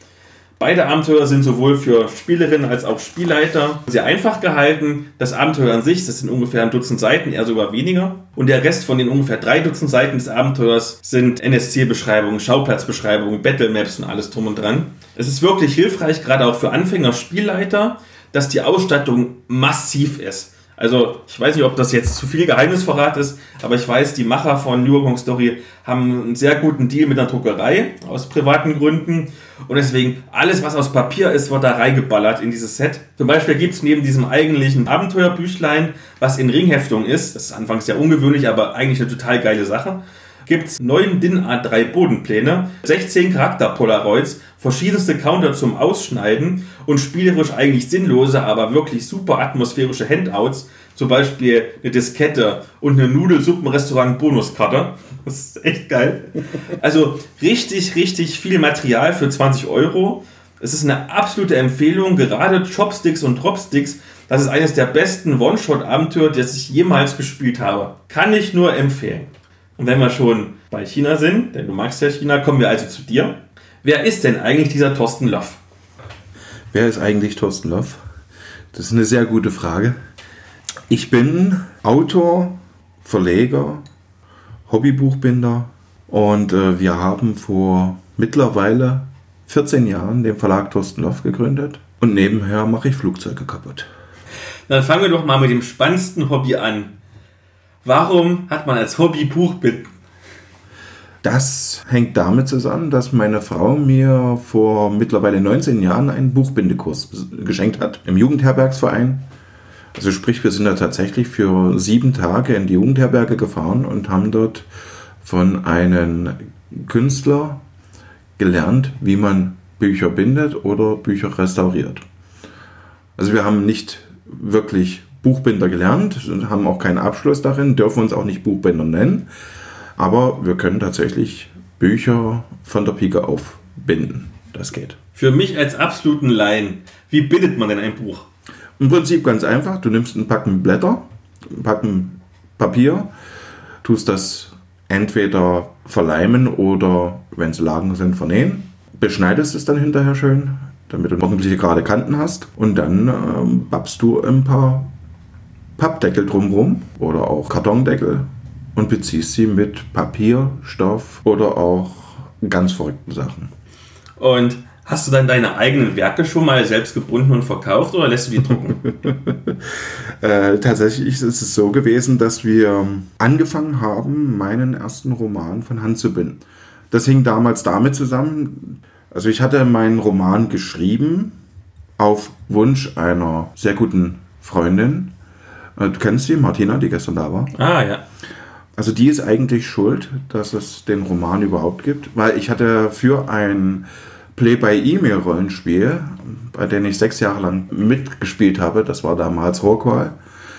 Speaker 1: Beide Abenteuer sind sowohl für Spielerinnen als auch Spielleiter sehr einfach gehalten. Das Abenteuer an sich, das sind ungefähr ein Dutzend Seiten, eher sogar weniger. Und der Rest von den ungefähr drei Dutzend Seiten des Abenteuers sind N S C-Beschreibungen, Schauplatzbeschreibungen, Battle-Maps und alles drum und dran. Es ist wirklich hilfreich, gerade auch für Anfänger-Spielleiter, dass die Ausstattung massiv ist. Also ich weiß nicht, ob das jetzt zu viel Geheimnisverrat ist, aber ich weiß, die Macher von New Hong Story haben einen sehr guten Deal mit einer Druckerei aus privaten Gründen und deswegen alles, was aus Papier ist, wird da reingeballert in dieses Set. Zum Beispiel gibt es neben diesem eigentlichen Abenteuerbüchlein, was in Ringheftung ist, das ist anfangs sehr ungewöhnlich, aber eigentlich eine total geile Sache, gibt es neun D I N A drei Bodenpläne, sechzehn Charakter-Polaroids, verschiedenste Counter zum Ausschneiden und spielerisch eigentlich sinnlose, aber wirklich super atmosphärische Handouts, zum Beispiel eine Diskette und eine Nudelsuppenrestaurant-Bonuskarte. Das ist echt geil. Also richtig, richtig viel Material für zwanzig Euro. Es ist eine absolute Empfehlung, gerade Chopsticks und Dropsticks. Das ist eines der besten One-Shot-Abenteuer, das ich jemals gespielt habe. Kann ich nur empfehlen. Und wenn wir schon bei China sind, denn du magst ja China, kommen wir also zu dir. Wer ist denn eigentlich dieser Thorsten Loff?
Speaker 2: Wer ist eigentlich Thorsten Loff? Das ist eine sehr gute Frage. Ich bin Autor, Verleger, Hobbybuchbinder und äh, wir haben vor mittlerweile vierzehn Jahren den Verlag Thorsten Loff gegründet und nebenher mache ich Flugzeuge kaputt.
Speaker 1: Dann fangen wir doch mal mit dem spannendsten Hobby an. Warum hat man als Hobby Buchbinden?
Speaker 2: Das hängt damit zusammen, dass meine Frau mir vor mittlerweile neunzehn Jahren einen Buchbindekurs geschenkt hat im Jugendherbergsverein. Also sprich, wir sind da tatsächlich für sieben Tage in die Jugendherberge gefahren und haben dort von einem Künstler gelernt, wie man Bücher bindet oder Bücher restauriert. Also wir haben nicht wirklich Buchbinder gelernt, haben auch keinen Abschluss darin, dürfen uns auch nicht Buchbinder nennen, aber wir können tatsächlich Bücher von der Pike auf binden. Das geht.
Speaker 1: Für mich als absoluten Laien, wie bindet man denn ein Buch?
Speaker 2: Im Prinzip ganz einfach, du nimmst einen Packen Blätter, einen Packen Papier, tust das entweder verleimen oder, wenn es Lagen sind, vernähen, beschneidest es dann hinterher schön, damit du ordentliche gerade Kanten hast. Und dann ähm, babst du ein paar Pappdeckel drumherum oder auch Kartondeckel und beziehst sie mit Papier, Stoff oder auch ganz verrückten Sachen.
Speaker 1: Und hast du dann deine eigenen Werke schon mal selbst gebunden und verkauft oder lässt du die drucken?
Speaker 2: äh, tatsächlich ist es so gewesen, dass wir angefangen haben, meinen ersten Roman von Hand zu binden. Das hing damals damit zusammen, also ich hatte meinen Roman geschrieben auf Wunsch einer sehr guten Freundin. Du kennst sie, Martina, die gestern da war.
Speaker 1: Ah, ja.
Speaker 2: Also die ist eigentlich schuld, dass es den Roman überhaupt gibt, weil ich hatte für ein Play-by-E-Mail-Rollenspiel, bei dem ich sechs Jahre lang mitgespielt habe, das war damals Rorqual,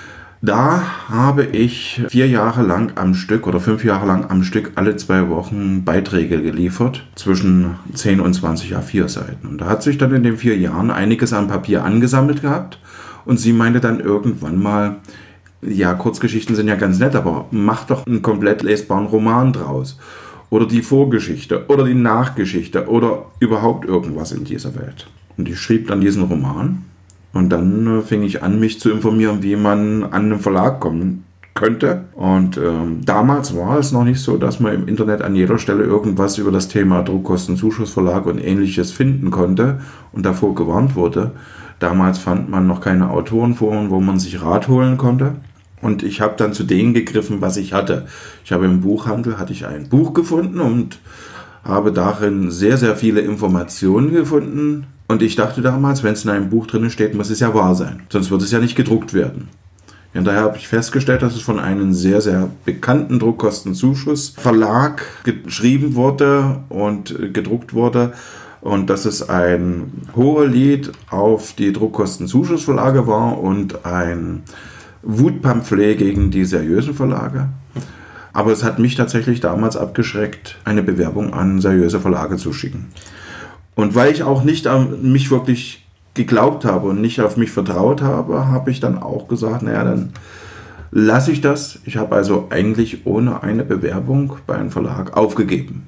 Speaker 2: da habe ich vier Jahre lang am Stück oder fünf Jahre lang am Stück alle zwei Wochen Beiträge geliefert, zwischen zehn und zwanzig A vier Seiten. Und da hat sich dann in den vier Jahren einiges an Papier angesammelt gehabt und sie meinte dann irgendwann mal, ja, Kurzgeschichten sind ja ganz nett, aber mach doch einen komplett lesbaren Roman draus. Oder die Vorgeschichte oder die Nachgeschichte oder überhaupt irgendwas in dieser Welt. Und ich schrieb dann diesen Roman und dann äh, fing ich an, mich zu informieren, wie man an einen Verlag kommen könnte. Und ähm, damals war es noch nicht so, dass man im Internet an jeder Stelle irgendwas über das Thema Druckkostenzuschussverlag und Ähnliches finden konnte und davor gewarnt wurde. Damals fand man noch keine Autorenforen, wo man sich Rat holen konnte. Und ich habe dann zu denen gegriffen, was ich hatte. Ich habe im Buchhandel hatte ich ein Buch gefunden und habe darin sehr, sehr viele Informationen gefunden. Und ich dachte damals, wenn es in einem Buch drin steht, muss es ja wahr sein. Sonst wird es ja nicht gedruckt werden. Und daher habe ich festgestellt, dass es von einem sehr, sehr bekannten Druckkostenzuschussverlag geschrieben wurde und gedruckt wurde. Und dass es ein Hohelied auf die Druckkostenzuschussverlage war und ein Wutpamphlet gegen die seriösen Verlage. Aber es hat mich tatsächlich damals abgeschreckt, eine Bewerbung an seriöse Verlage zu schicken. Und weil ich auch nicht an mich wirklich geglaubt habe und nicht auf mich vertraut habe, habe ich dann auch gesagt, naja, dann lasse ich das. Ich habe also eigentlich ohne eine Bewerbung bei einem Verlag aufgegeben.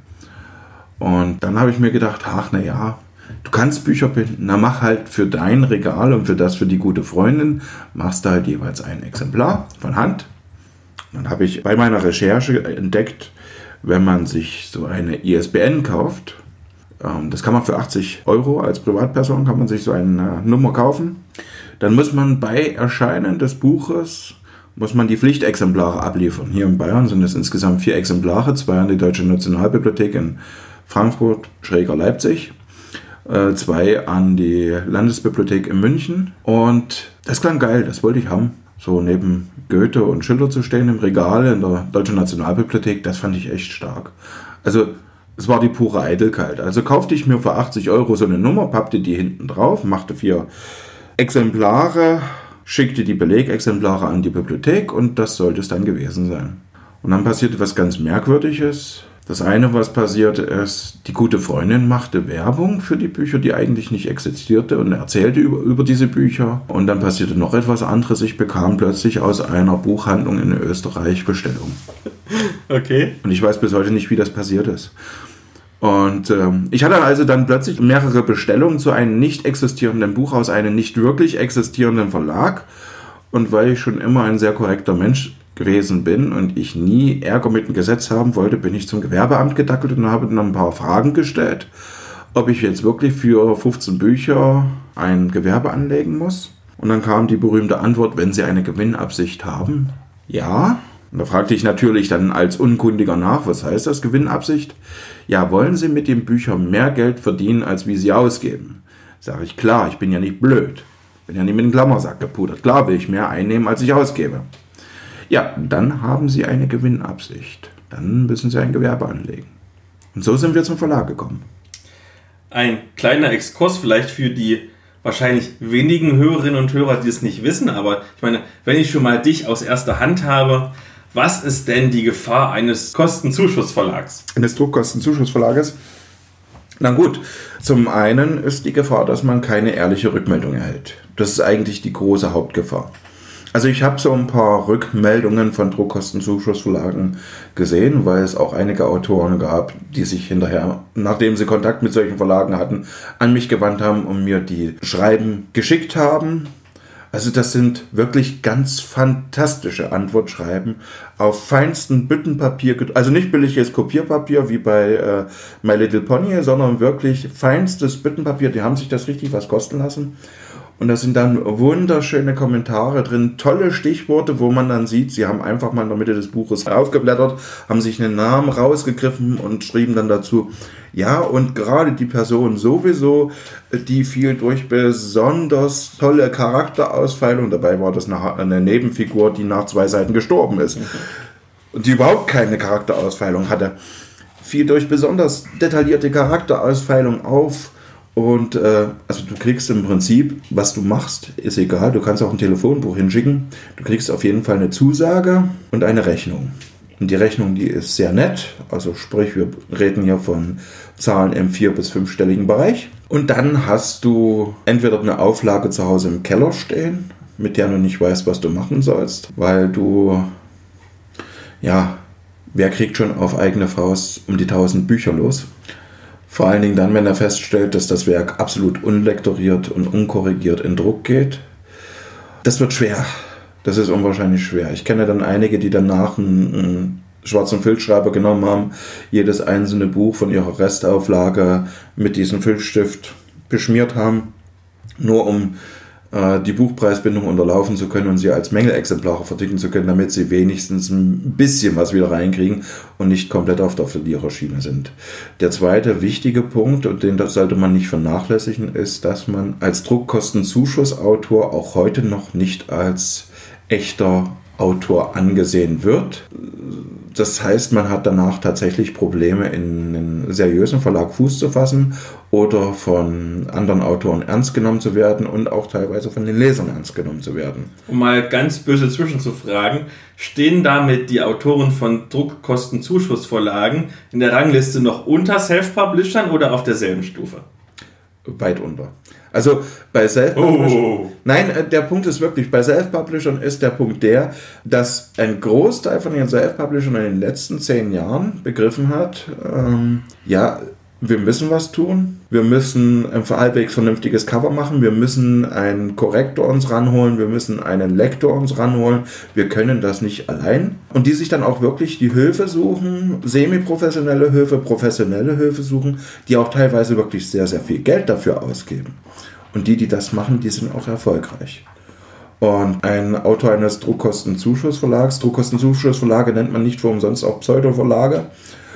Speaker 2: Und dann habe ich mir gedacht, ach naja, du kannst Bücher binden, na mach halt für dein Regal und für das für die gute Freundin, machst du halt jeweils ein Exemplar von Hand. Dann habe ich bei meiner Recherche entdeckt, wenn man sich so eine I S B N kauft, ähm, das kann man für achtzig Euro als Privatperson, kann man sich so eine Nummer kaufen, dann muss man bei Erscheinen des Buches, muss man die Pflichtexemplare abliefern. Hier in Bayern sind es insgesamt vier Exemplare, zwei an die Deutsche Nationalbibliothek in Frankfurt, schräger Leipzig, äh, zwei an die Landesbibliothek in München. Und das klang geil, das wollte ich haben. So neben Goethe und Schiller zu stehen im Regal in der Deutschen Nationalbibliothek, das fand ich echt stark. Also es war die pure Eitelkeit. Also kaufte ich mir für achtzig Euro so eine Nummer, pappte die hinten drauf, machte vier Exemplare, schickte die Belegexemplare an die Bibliothek und das sollte es dann gewesen sein. Und dann passierte was ganz Merkwürdiges. Das eine, was passierte, ist, die gute Freundin machte Werbung für die Bücher, die eigentlich nicht existierte und erzählte über, über diese Bücher. Und dann passierte noch etwas anderes. Ich bekam plötzlich aus einer Buchhandlung in Österreich Bestellung.
Speaker 1: Okay.
Speaker 2: Und ich weiß bis heute nicht, wie das passiert ist. Und ähm, ich hatte also dann plötzlich mehrere Bestellungen zu einem nicht existierenden Buch aus einem nicht wirklich existierenden Verlag. Und weil ich schon immer ein sehr korrekter Mensch gewesen bin und ich nie Ärger mit dem Gesetz haben wollte, bin ich zum Gewerbeamt gedackelt und habe dann ein paar Fragen gestellt, ob ich jetzt wirklich für fünfzehn Bücher ein Gewerbe anlegen muss. Und dann kam die berühmte Antwort, wenn Sie eine Gewinnabsicht haben, ja. Und da fragte ich natürlich dann als Unkundiger nach, was heißt das, Gewinnabsicht? Ja, wollen Sie mit den Büchern mehr Geld verdienen, als wie Sie ausgeben? Sage ich, klar, ich bin ja nicht blöd. Bin ja nicht mit dem Klammersack gepudert. Klar will ich mehr einnehmen, als ich ausgebe. Ja, dann haben Sie eine Gewinnabsicht. Dann müssen Sie ein Gewerbe anlegen. Und so sind wir zum Verlag gekommen.
Speaker 1: Ein kleiner Exkurs vielleicht für die wahrscheinlich wenigen Hörerinnen und Hörer, die es nicht wissen. Aber ich meine, wenn ich schon mal dich aus erster Hand habe, was ist denn die Gefahr eines Kostenzuschussverlags?
Speaker 2: Eines Druckkostenzuschussverlages? Na gut, zum einen ist die Gefahr, dass man keine ehrliche Rückmeldung erhält. Das ist eigentlich die große Hauptgefahr. Also ich habe so ein paar Rückmeldungen von Druckkostenzuschussverlagen gesehen, weil es auch einige Autoren gab, die sich hinterher, nachdem sie Kontakt mit solchen Verlagen hatten, an mich gewandt haben und mir die Schreiben geschickt haben. Also das sind wirklich ganz fantastische Antwortschreiben auf feinsten Büttenpapier, also nicht billiges Kopierpapier wie bei äh, My Little Pony, sondern wirklich feinstes Büttenpapier. Die haben sich das richtig was kosten lassen. Und da sind dann wunderschöne Kommentare drin, tolle Stichworte, wo man dann sieht, sie haben einfach mal in der Mitte des Buches aufgeblättert, haben sich einen Namen rausgegriffen und schrieben dann dazu, ja, und gerade die Person sowieso, die fiel durch besonders tolle Charakterausfeilung, dabei war das eine Nebenfigur, die nach zwei Seiten gestorben ist und die überhaupt keine Charakterausfeilung hatte, fiel durch besonders detaillierte Charakterausfeilung auf. Und äh, also du kriegst im Prinzip, was du machst, ist egal, du kannst auch ein Telefonbuch hinschicken, du kriegst auf jeden Fall eine Zusage und eine Rechnung. Und die Rechnung, die ist sehr nett, also sprich, wir reden hier von Zahlen im vier- bis fünfstelligen Bereich. Und dann hast du entweder eine Auflage zu Hause im Keller stehen, mit der du nicht weißt, was du machen sollst, weil du, ja, wer kriegt schon auf eigene Faust um die tausend Bücher los? Vor allen Dingen dann, wenn er feststellt, dass das Werk absolut unlektoriert und unkorrigiert in Druck geht. Das wird schwer. Das ist unwahrscheinlich schwer. Ich kenne dann einige, die danach einen, einen schwarzen Filzschreiber genommen haben, jedes einzelne Buch von ihrer Restauflage mit diesem Filzstift beschmiert haben, nur um äh, die Buchpreisbindung unterlaufen zu können und sie als Mängelexemplare verticken zu können, damit sie wenigstens ein bisschen was wieder reinkriegen und nicht komplett auf der Verliererschiene sind. Der zweite wichtige Punkt, und den das sollte man nicht vernachlässigen, ist, dass man als Druckkostenzuschussautor auch heute noch nicht als echter Autor angesehen wird. Das heißt, man hat danach tatsächlich Probleme, in einen seriösen Verlag Fuß zu fassen oder von anderen Autoren ernst genommen zu werden und auch teilweise von den Lesern ernst genommen zu werden.
Speaker 1: Um mal ganz böse zwischenzufragen, stehen damit die Autoren von Druckkostenzuschussverlagen in der Rangliste noch unter Self-Publishern oder auf derselben Stufe?
Speaker 2: Weit unter. Also bei Self-Publishern,
Speaker 1: oh.
Speaker 2: nein, der Punkt ist wirklich, bei Self-Publishern ist der Punkt der, dass ein Großteil von den Self-Publishern in den letzten zehn Jahren begriffen hat, ähm, ja, wir müssen was tun, wir müssen ein halbwegs vernünftiges Cover machen, wir müssen einen Korrektor uns ranholen, wir müssen einen Lektor uns ranholen, wir können das nicht allein. Und die sich dann auch wirklich die Hilfe suchen, semi-professionelle Hilfe, professionelle Hilfe suchen, die auch teilweise wirklich sehr, sehr viel Geld dafür ausgeben. Und die, die das machen, die sind auch erfolgreich. Und ein Autor eines Druckkostenzuschussverlags, Druckkostenzuschussverlage nennt man nicht für umsonst auch Pseudoverlage.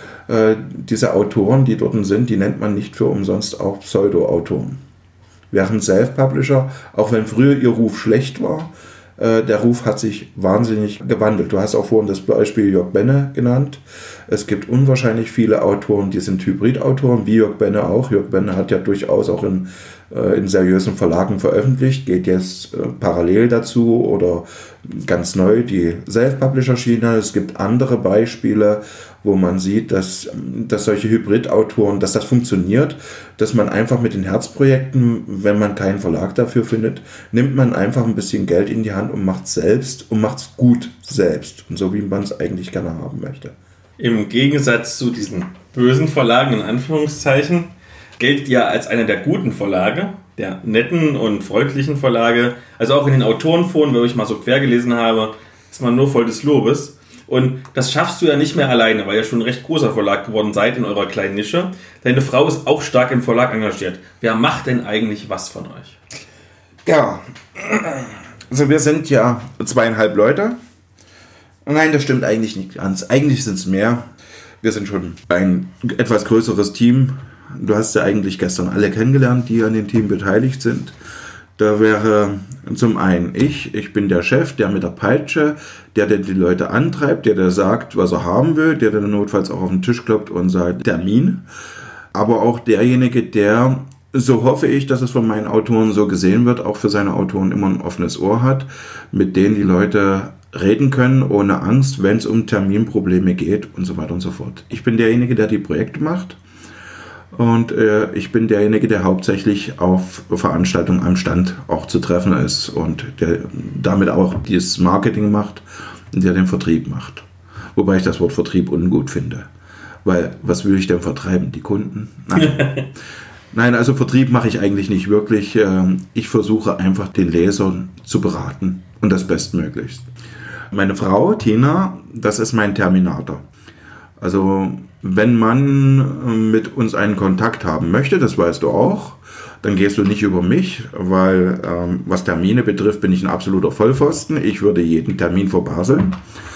Speaker 2: Äh, diese Autoren, die dort sind, die nennt man nicht für umsonst auch Pseudo-Autoren. Während Self-Publisher, auch wenn früher ihr Ruf schlecht war, äh, der Ruf hat sich wahnsinnig gewandelt. Du hast auch vorhin das Beispiel Jörg Benne genannt. Es gibt unwahrscheinlich viele Autoren, die sind Hybrid-Autoren, wie Jörg Benne auch. Jörg Benne hat ja durchaus auch in, äh, in seriösen Verlagen veröffentlicht, geht jetzt äh, parallel dazu oder ganz neu die Self-Publisher-Schiene. Es gibt andere Beispiele, wo man sieht, dass, dass solche Hybrid-Autoren, dass das funktioniert, dass man einfach mit den Herzprojekten, wenn man keinen Verlag dafür findet, nimmt man einfach ein bisschen Geld in die Hand und macht es selbst und macht es gut selbst und so, wie man es eigentlich gerne haben möchte.
Speaker 1: Im Gegensatz zu diesen bösen Verlagen, in Anführungszeichen, gilt ja als einer der guten Verlage, der netten und freundlichen Verlage, also auch in den Autorenforen, wo ich mal so quer gelesen habe, ist man nur voll des Lobes. Und das schaffst du ja nicht mehr alleine, weil ihr schon ein recht großer Verlag geworden seid in eurer kleinen Nische. Deine Frau ist auch stark im Verlag engagiert. Wer macht denn eigentlich was von euch?
Speaker 2: Ja, also wir sind ja zweieinhalb Leute. Nein, das stimmt eigentlich nicht ganz. Eigentlich sind es mehr. Wir sind schon ein etwas größeres Team. Du hast ja eigentlich gestern alle kennengelernt, die an dem Team beteiligt sind. Da wäre zum einen ich, ich bin der Chef, der mit der Peitsche, der, der die Leute antreibt, der, der sagt, was er haben will, der, der notfalls auch auf den Tisch klopft und sagt, Termin. Aber auch derjenige, der, so hoffe ich, dass es von meinen Autoren so gesehen wird, auch für seine Autoren immer ein offenes Ohr hat, mit denen die Leute reden können, ohne Angst, wenn es um Terminprobleme geht und so weiter und so fort. Ich bin derjenige, der die Projekte macht. Und äh, ich bin derjenige, der hauptsächlich auf Veranstaltungen am Stand auch zu treffen ist und der damit auch dieses Marketing macht und der den Vertrieb macht. Wobei ich das Wort Vertrieb ungut finde. Weil, was will ich denn vertreiben? Die Kunden? Nein, Nein also Vertrieb mache ich eigentlich nicht wirklich. Ich versuche einfach den Leser zu beraten und das bestmöglichst. Meine Frau, Tina, das ist mein Terminator. Also wenn man mit uns einen Kontakt haben möchte, das weißt du auch, dann gehst du nicht über mich, weil ähm, was Termine betrifft, bin ich ein absoluter Vollpfosten. Ich würde jeden Termin verbaseln.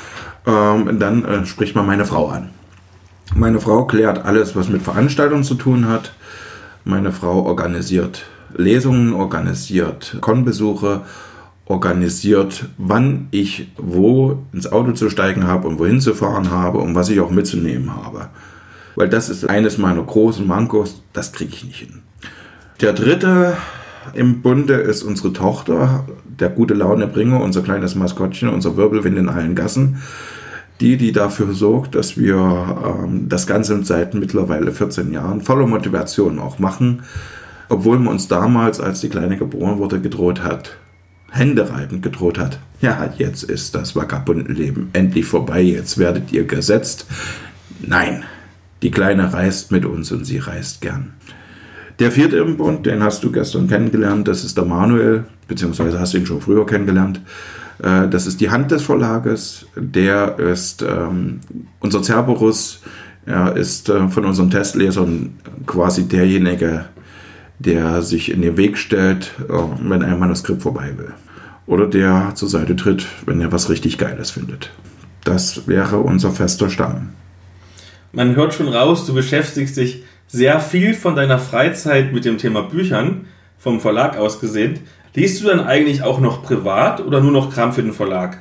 Speaker 2: Ähm, dann äh, spricht man meine Frau an. Meine Frau klärt alles, was mit Veranstaltungen zu tun hat. Meine Frau organisiert Lesungen, organisiert Konbesuche, organisiert, wann ich wo ins Auto zu steigen habe und wohin zu fahren habe und was ich auch mitzunehmen habe. Weil das ist eines meiner großen Mankos, das kriege ich nicht hin. Der dritte im Bunde ist unsere Tochter, der gute Launebringer, unser kleines Maskottchen, unser Wirbelwind in allen Gassen. Die, die dafür sorgt, dass wir ähm, das Ganze seit mittlerweile vierzehn Jahren voller Motivation auch machen, obwohl man uns damals, als die Kleine geboren wurde, gedroht hat, händereibend gedroht hat. Ja, jetzt ist das Vagabundenleben endlich vorbei, jetzt werdet ihr gesetzt. Nein, die Kleine reist mit uns und sie reist gern. Der vierte im Bund, den hast du gestern kennengelernt, das ist der Manuel, beziehungsweise hast du ihn schon früher kennengelernt. Das ist die Hand des Verlages, der ist ähm, unser Cerberus, er ist äh, von unseren Testlesern quasi derjenige, der sich in den Weg stellt, äh, wenn ein Manuskript vorbei will. Oder der zur Seite tritt, wenn er was richtig Geiles findet. Das wäre unser fester Stamm.
Speaker 1: Man hört schon raus, du beschäftigst dich sehr viel von deiner Freizeit mit dem Thema Büchern, vom Verlag aus gesehen. Liest du dann eigentlich auch noch privat oder nur noch Kram für den Verlag?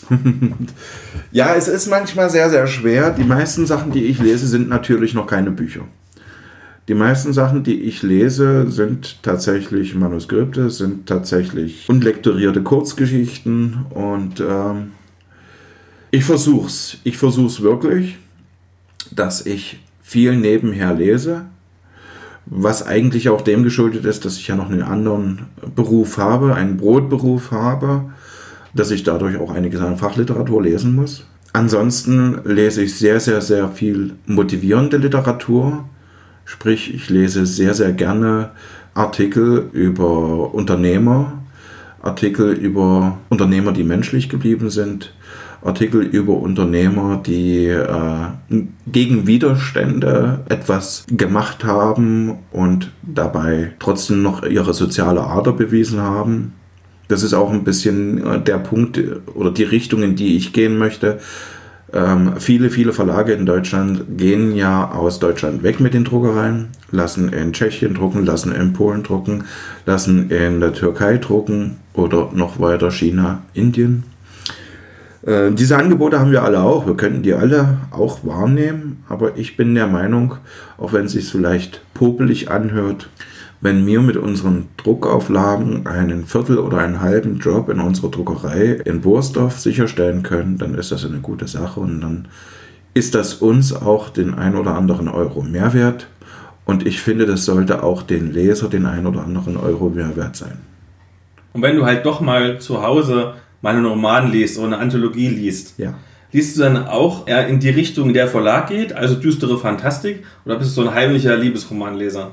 Speaker 2: Ja, es ist manchmal sehr, sehr schwer. Die meisten Sachen, die ich lese, sind natürlich noch keine Bücher. Die meisten Sachen, die ich lese, sind tatsächlich Manuskripte, sind tatsächlich unlektorierte Kurzgeschichten und ähm, ich versuch's. Ich versuch's wirklich, dass ich viel nebenher lese. Was eigentlich auch dem geschuldet ist, dass ich ja noch einen anderen Beruf habe, einen Brotberuf habe, dass ich dadurch auch einiges an Fachliteratur lesen muss. Ansonsten lese ich sehr, sehr, sehr viel motivierende Literatur. Sprich, ich lese sehr, sehr gerne Artikel über Unternehmer, Artikel über Unternehmer, die menschlich geblieben sind, Artikel über Unternehmer, die äh, gegen Widerstände etwas gemacht haben und dabei trotzdem noch ihre soziale Ader bewiesen haben. Das ist auch ein bisschen der Punkt oder die Richtung, in die ich gehen möchte. Ähm, viele, viele Verlage in Deutschland gehen ja aus Deutschland weg mit den Druckereien, lassen in Tschechien drucken, lassen in Polen drucken, lassen in der Türkei drucken oder noch weiter China, Indien. Äh, diese Angebote haben wir alle auch, wir könnten die alle auch wahrnehmen, aber ich bin der Meinung, auch wenn es sich vielleicht popelig anhört, wenn wir mit unseren Druckauflagen einen Viertel oder einen halben Job in unserer Druckerei in Borsdorf sicherstellen können, dann ist das eine gute Sache und dann ist das uns auch den ein oder anderen Euro mehr wert und ich finde, das sollte auch den Leser den ein oder anderen Euro mehr wert sein.
Speaker 1: Und wenn du halt doch mal zu Hause mal einen Roman liest oder eine Anthologie liest,
Speaker 2: ja.
Speaker 1: Liest du dann auch eher in die Richtung, in der Verlag geht, also düstere Fantastik, oder bist du so ein heimlicher Liebesromanleser?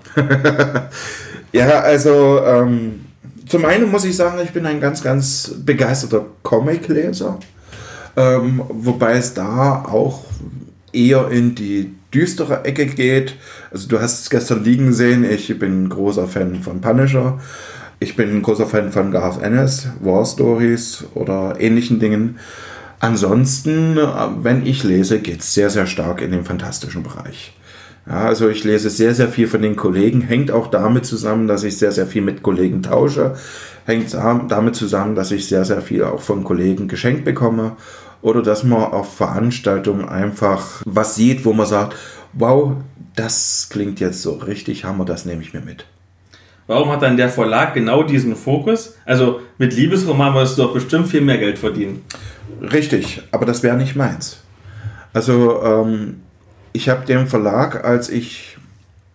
Speaker 2: Ja, also ähm, zum einen muss ich sagen, ich bin ein ganz, ganz begeisterter Comicleser, ähm, wobei es da auch eher in die düstere Ecke geht. Also du hast es gestern liegen sehen, ich bin ein großer Fan von Punisher, ich bin ein großer Fan von Garth Ennis, War Stories oder ähnlichen Dingen. Ansonsten, wenn ich lese, geht es sehr, sehr stark in den fantastischen Bereich. Ja, also ich lese sehr, sehr viel von den Kollegen, hängt auch damit zusammen, dass ich sehr, sehr viel mit Kollegen tausche, hängt damit zusammen, dass ich sehr, sehr viel auch von Kollegen geschenkt bekomme oder dass man auf Veranstaltungen einfach was sieht, wo man sagt, wow, das klingt jetzt so richtig Hammer, das nehme ich mir mit.
Speaker 1: Warum hat dann der Verlag genau diesen Fokus? Also mit Liebesroman wirst du doch bestimmt viel mehr Geld verdienen.
Speaker 2: Richtig, aber das wäre nicht meins. Also ähm, ich habe den Verlag, als ich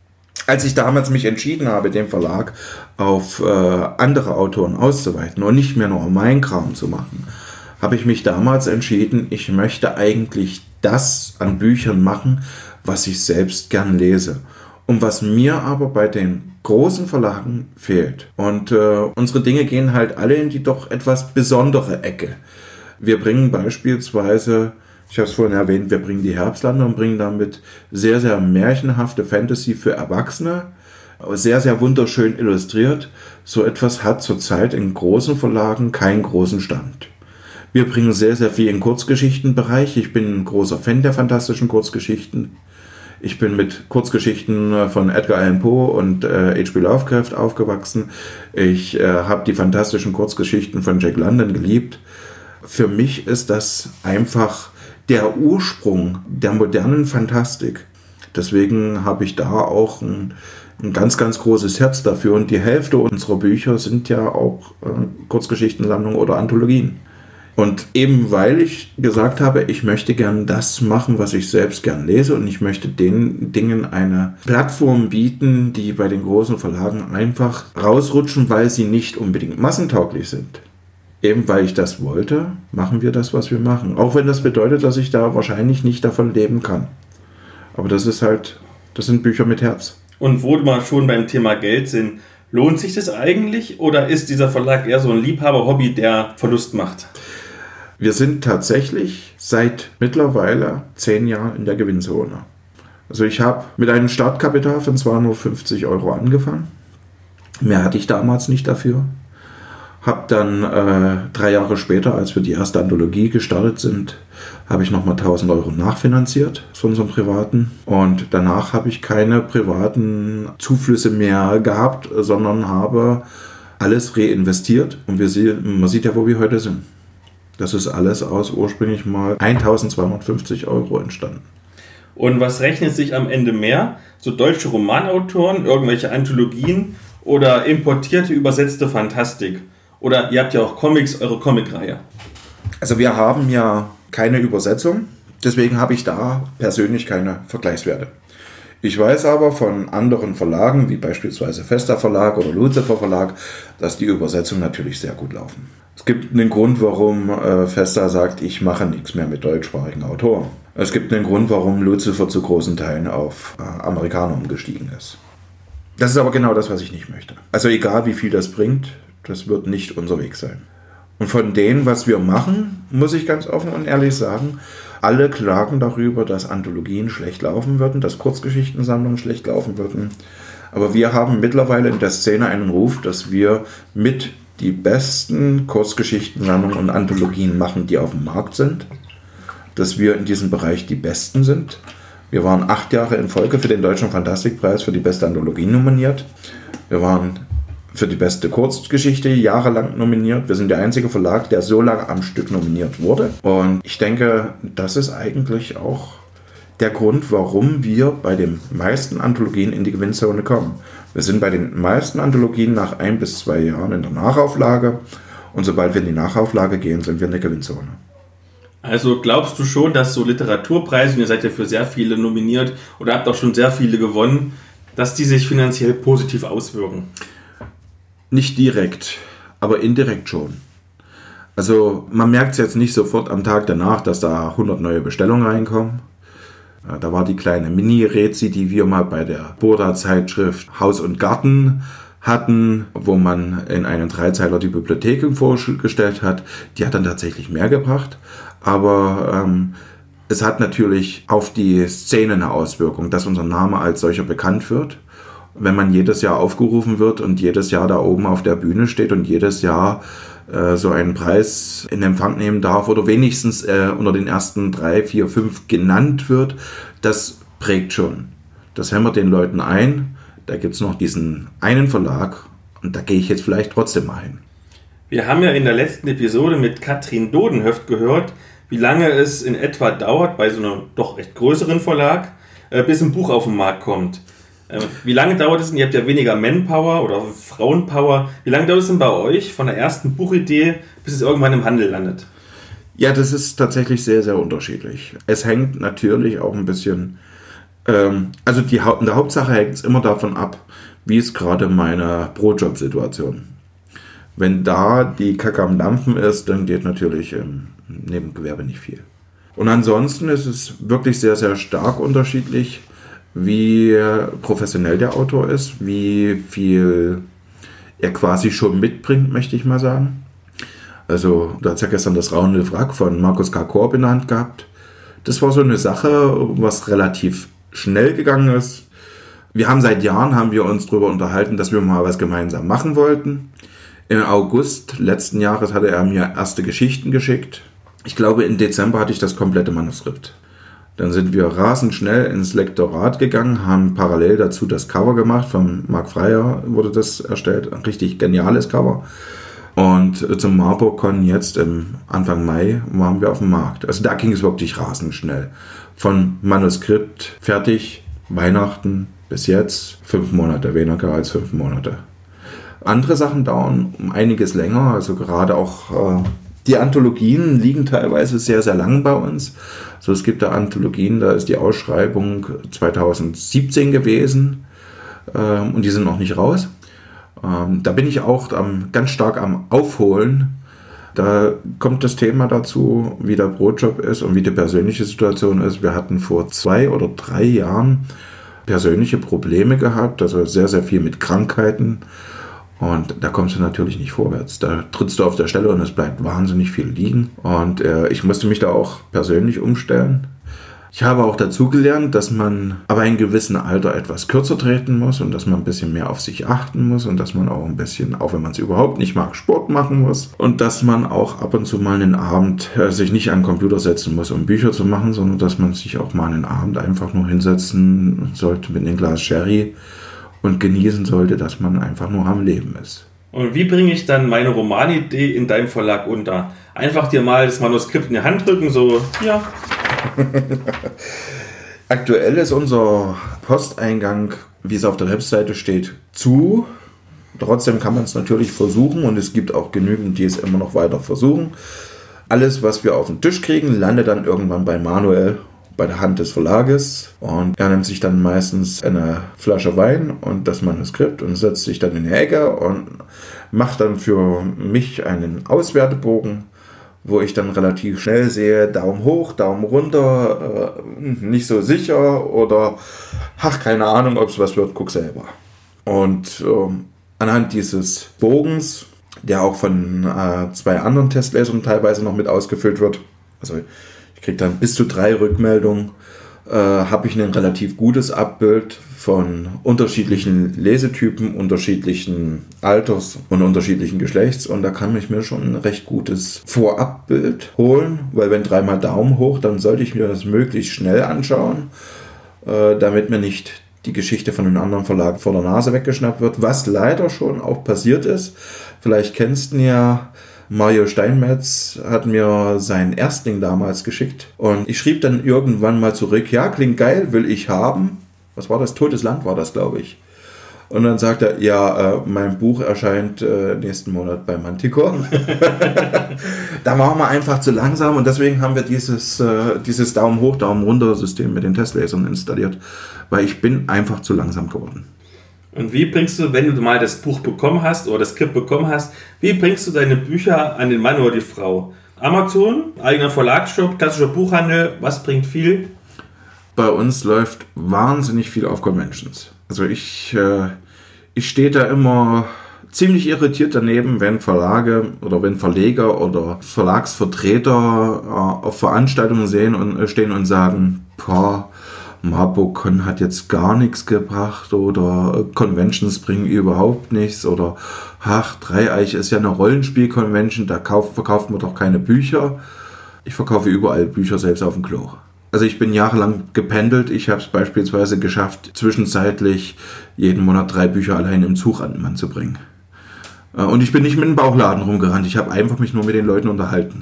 Speaker 2: Als ich damals mich entschieden habe, den Verlag auf äh, andere Autoren auszuweiten und nicht mehr nur meinen Kram zu machen, habe ich mich damals entschieden, ich möchte eigentlich das an Büchern machen, was ich selbst gern lese. Und was mir aber bei den großen Verlagen fehlt. Und äh, unsere Dinge gehen halt alle in die doch etwas besondere Ecke. Wir bringen beispielsweise, ich habe es vorhin erwähnt, wir bringen die Herbstlande und bringen damit sehr, sehr märchenhafte Fantasy für Erwachsene, sehr, sehr wunderschön illustriert. So etwas hat zurzeit in großen Verlagen keinen großen Stand. Wir bringen sehr, sehr viel in Kurzgeschichtenbereich. Ich bin ein großer Fan der fantastischen Kurzgeschichten. Ich bin mit Kurzgeschichten von Edgar Allan Poe und äh, H P Lovecraft aufgewachsen. Ich äh, habe die fantastischen Kurzgeschichten von Jack London geliebt. Für mich ist das einfach der Ursprung der modernen Fantastik. Deswegen habe ich da auch ein, ein ganz, ganz großes Herz dafür. Und die Hälfte unserer Bücher sind ja auch äh, Kurzgeschichtensammlungen oder Anthologien. Und eben weil ich gesagt habe, ich möchte gern das machen, was ich selbst gern lese und ich möchte den Dingen eine Plattform bieten, die bei den großen Verlagen einfach rausrutschen, weil sie nicht unbedingt massentauglich sind. Eben weil ich das wollte, machen wir das, was wir machen. Auch wenn das bedeutet, dass ich da wahrscheinlich nicht davon leben kann. Aber das ist halt, das sind Bücher mit Herz.
Speaker 1: Und wo wir schon beim Thema Geld sind, lohnt sich das eigentlich oder ist dieser Verlag eher so ein Liebhaber-Hobby, der Verlust macht?
Speaker 2: Wir sind tatsächlich seit mittlerweile zehn Jahren in der Gewinnzone. Also ich habe mit einem Startkapital von zweihundertfünfzig Euro angefangen. Mehr hatte ich damals nicht dafür. Habe dann äh, drei Jahre später, als wir die erste Anthologie gestartet sind, habe ich nochmal tausend Euro nachfinanziert von unserem Privaten. Und danach habe ich keine privaten Zuflüsse mehr gehabt, sondern habe alles reinvestiert. Und wir sehen, man sieht ja, wo wir heute sind. Das ist alles aus ursprünglich mal eintausendzweihundertfünfzig Euro entstanden.
Speaker 1: Und was rechnet sich am Ende mehr? So deutsche Romanautoren, irgendwelche Anthologien oder importierte, übersetzte Fantastik? Oder ihr habt ja auch Comics, eure Comicreihe.
Speaker 2: Also wir haben ja keine Übersetzung, deswegen habe ich da persönlich keine Vergleichswerte. Ich weiß aber von anderen Verlagen, wie beispielsweise Vesta Verlag oder Lucifer Verlag, dass die Übersetzungen natürlich sehr gut laufen. Es gibt einen Grund, warum äh, Vesta sagt, ich mache nichts mehr mit deutschsprachigen Autoren. Es gibt einen Grund, warum Lucifer zu großen Teilen auf äh, Amerikaner umgestiegen ist. Das ist aber genau das, was ich nicht möchte. Also egal, wie viel das bringt, das wird nicht unser Weg sein. Und von dem, was wir machen, muss ich ganz offen und ehrlich sagen, alle klagen darüber, dass Anthologien schlecht laufen würden, dass Kurzgeschichtensammlungen schlecht laufen würden. Aber wir haben mittlerweile in der Szene einen Ruf, dass wir mit die besten Kurzgeschichtensammlungen und Anthologien machen, die auf dem Markt sind. Dass wir in diesem Bereich die Besten sind. Wir waren acht Jahre in Folge für den Deutschen Fantastikpreis für die beste Anthologie nominiert. Wir waren für die beste Kurzgeschichte jahrelang nominiert. Wir sind der einzige Verlag, der so lange am Stück nominiert wurde. Und ich denke, das ist eigentlich auch der Grund, warum wir bei den meisten Anthologien in die Gewinnzone kommen. Wir sind bei den meisten Anthologien nach ein bis zwei Jahren in der Nachauflage. Und sobald wir in die Nachauflage gehen, sind wir in der Gewinnzone.
Speaker 1: Also glaubst du schon, dass so Literaturpreise, und ihr seid ja für sehr viele nominiert oder habt auch schon sehr viele gewonnen, dass die sich finanziell positiv auswirken?
Speaker 2: Nicht direkt, aber indirekt schon. Also man merkt es jetzt nicht sofort am Tag danach, dass da hundert neue Bestellungen reinkommen. Da war die kleine Mini-Rezi, die wir mal bei der Burda-Zeitschrift Haus und Garten hatten, wo man in einen Dreizeiler die Bibliothek vorgestellt hat. Die hat dann tatsächlich mehr gebracht, aber ähm, es hat natürlich auf die Szene eine Auswirkung, dass unser Name als solcher bekannt wird. Wenn man jedes Jahr aufgerufen wird und jedes Jahr da oben auf der Bühne steht und jedes Jahr äh, so einen Preis in Empfang nehmen darf oder wenigstens äh, unter den ersten drei, vier, fünf genannt wird, das prägt schon. Das hämmert den Leuten ein. Da gibt es noch diesen einen Verlag und da gehe ich jetzt vielleicht trotzdem mal hin.
Speaker 1: Wir haben ja in der letzten Episode mit Katrin Dodenhöft gehört, wie lange es in etwa dauert bei so einem doch recht größeren Verlag, äh, bis ein Buch auf den Markt kommt. Wie lange dauert es denn? Ihr habt ja weniger Manpower oder Frauenpower. Wie lange dauert es denn bei euch von der ersten Buchidee, bis es irgendwann im Handel landet?
Speaker 2: Ja, das ist tatsächlich sehr, sehr unterschiedlich. Es hängt natürlich auch ein bisschen Ähm, also die, in der Hauptsache hängt es immer davon ab, wie ist gerade meine Brotjob-Situation. Wenn da die Kacke am Dampfen ist, dann geht natürlich im Nebengewerbe nicht viel. Und ansonsten ist es wirklich sehr, sehr stark unterschiedlich, wie professionell der Autor ist, wie viel er quasi schon mitbringt, möchte ich mal sagen. Also, du hast ja gestern das Rauende Wrack von Markus K. Korb in der Hand gehabt. Das war so eine Sache, was relativ schnell gegangen ist. Wir haben seit Jahren haben wir uns darüber unterhalten, dass wir mal was gemeinsam machen wollten. Im August letzten Jahres hatte er mir erste Geschichten geschickt. Ich glaube, im Dezember hatte ich das komplette Manuskript. Dann sind wir rasend schnell ins Lektorat gegangen, haben parallel dazu das Cover gemacht. Von Marc Freier wurde das erstellt. Ein richtig geniales Cover. Und zum MarburgCon jetzt im Anfang Mai waren wir auf dem Markt. Also da ging es wirklich rasend schnell. Von Manuskript fertig, Weihnachten bis jetzt, fünf Monate, weniger als fünf Monate. Andere Sachen dauern um einiges länger, also gerade auch äh, die Anthologien liegen teilweise sehr, sehr lang bei uns. Also es gibt da Anthologien, da ist die Ausschreibung zweitausendsiebzehn gewesen äh, und die sind noch nicht raus. Ähm, da bin ich auch am, ganz stark am Aufholen. Da kommt das Thema dazu, wie der Brotjob ist und wie die persönliche Situation ist. Wir hatten vor zwei oder drei Jahren persönliche Probleme gehabt, also sehr, sehr viel mit Krankheiten. Und da kommst du natürlich nicht vorwärts. Da trittst du auf der Stelle und es bleibt wahnsinnig viel liegen. Und äh, ich musste mich da auch persönlich umstellen. Ich habe auch dazu gelernt, dass man aber in gewissem Alter etwas kürzer treten muss und dass man ein bisschen mehr auf sich achten muss und dass man auch ein bisschen, auch wenn man es überhaupt nicht mag, Sport machen muss und dass man auch ab und zu mal einen Abend äh, sich nicht an den Computer setzen muss, um Bücher zu machen, sondern dass man sich auch mal einen Abend einfach nur hinsetzen sollte mit einem Glas Sherry und genießen sollte, dass man einfach nur am Leben ist.
Speaker 1: Und wie bringe ich dann meine Romanidee in deinem Verlag unter? Einfach dir mal das Manuskript in die Hand drücken, so, ja.
Speaker 2: Aktuell ist unser Posteingang, wie es auf der Webseite steht, zu. Trotzdem kann man es natürlich versuchen und es gibt auch genügend, die es immer noch weiter versuchen. Alles, was wir auf den Tisch kriegen, landet dann irgendwann bei Manuel, bei der Hand des Verlages, und er nimmt sich dann meistens eine Flasche Wein und das Manuskript und setzt sich dann in die Ecke und macht dann für mich einen Auswertebogen, wo ich dann relativ schnell sehe, Daumen hoch, Daumen runter, äh, nicht so sicher oder ach, keine Ahnung, ob es was wird, guck selber. Und äh, anhand dieses Bogens, der auch von äh, zwei anderen Testlesern teilweise noch mit ausgefüllt wird, also ich kriege dann bis zu drei Rückmeldungen, äh, habe ich ein relativ gutes Abbild von unterschiedlichen Lesetypen, unterschiedlichen Alters und unterschiedlichen Geschlechts. Und da kann ich mir schon ein recht gutes Vorabbild holen, weil wenn dreimal Daumen hoch, dann sollte ich mir das möglichst schnell anschauen, äh, damit mir nicht die Geschichte von einem anderen Verlag vor der Nase weggeschnappt wird, was leider schon auch passiert ist. Vielleicht kennst du ja, Mario Steinmetz hat mir seinen Erstling damals geschickt und ich schrieb dann irgendwann mal zurück, ja, klingt geil, will ich haben. Was war das? Totes Land war das, glaube ich. Und dann sagt er, ja, äh, mein Buch erscheint äh, nächsten Monat bei Manticore. Da waren wir einfach zu langsam und deswegen haben wir dieses, äh, dieses Daumen hoch, Daumen runter System mit den Testlesern installiert, weil ich bin einfach zu langsam geworden.
Speaker 1: Und wie bringst du, wenn du mal das Buch bekommen hast oder das Skript bekommen hast, wie bringst du deine Bücher an den Mann oder die Frau? Amazon, eigener Verlagsshop, klassischer Buchhandel, was bringt viel?
Speaker 2: Bei uns läuft wahnsinnig viel auf Conventions. Also ich, äh, ich stehe da immer ziemlich irritiert daneben, wenn Verlage oder wenn Verleger oder Verlagsvertreter äh, auf Veranstaltungen sehen und, äh, stehen und sagen, boah, MarburgCon hat jetzt gar nichts gebracht oder Conventions bringen überhaupt nichts oder ach, Dreieich ist ja eine Rollenspiel-Convention, da kauf, verkauft man doch keine Bücher. Ich verkaufe überall Bücher, selbst auf dem Klo. Also ich bin jahrelang gependelt, ich habe es beispielsweise geschafft, zwischenzeitlich jeden Monat drei Bücher allein im Zug an den Mann zu bringen. Und ich bin nicht mit dem Bauchladen rumgerannt, ich habe einfach mich nur mit den Leuten unterhalten.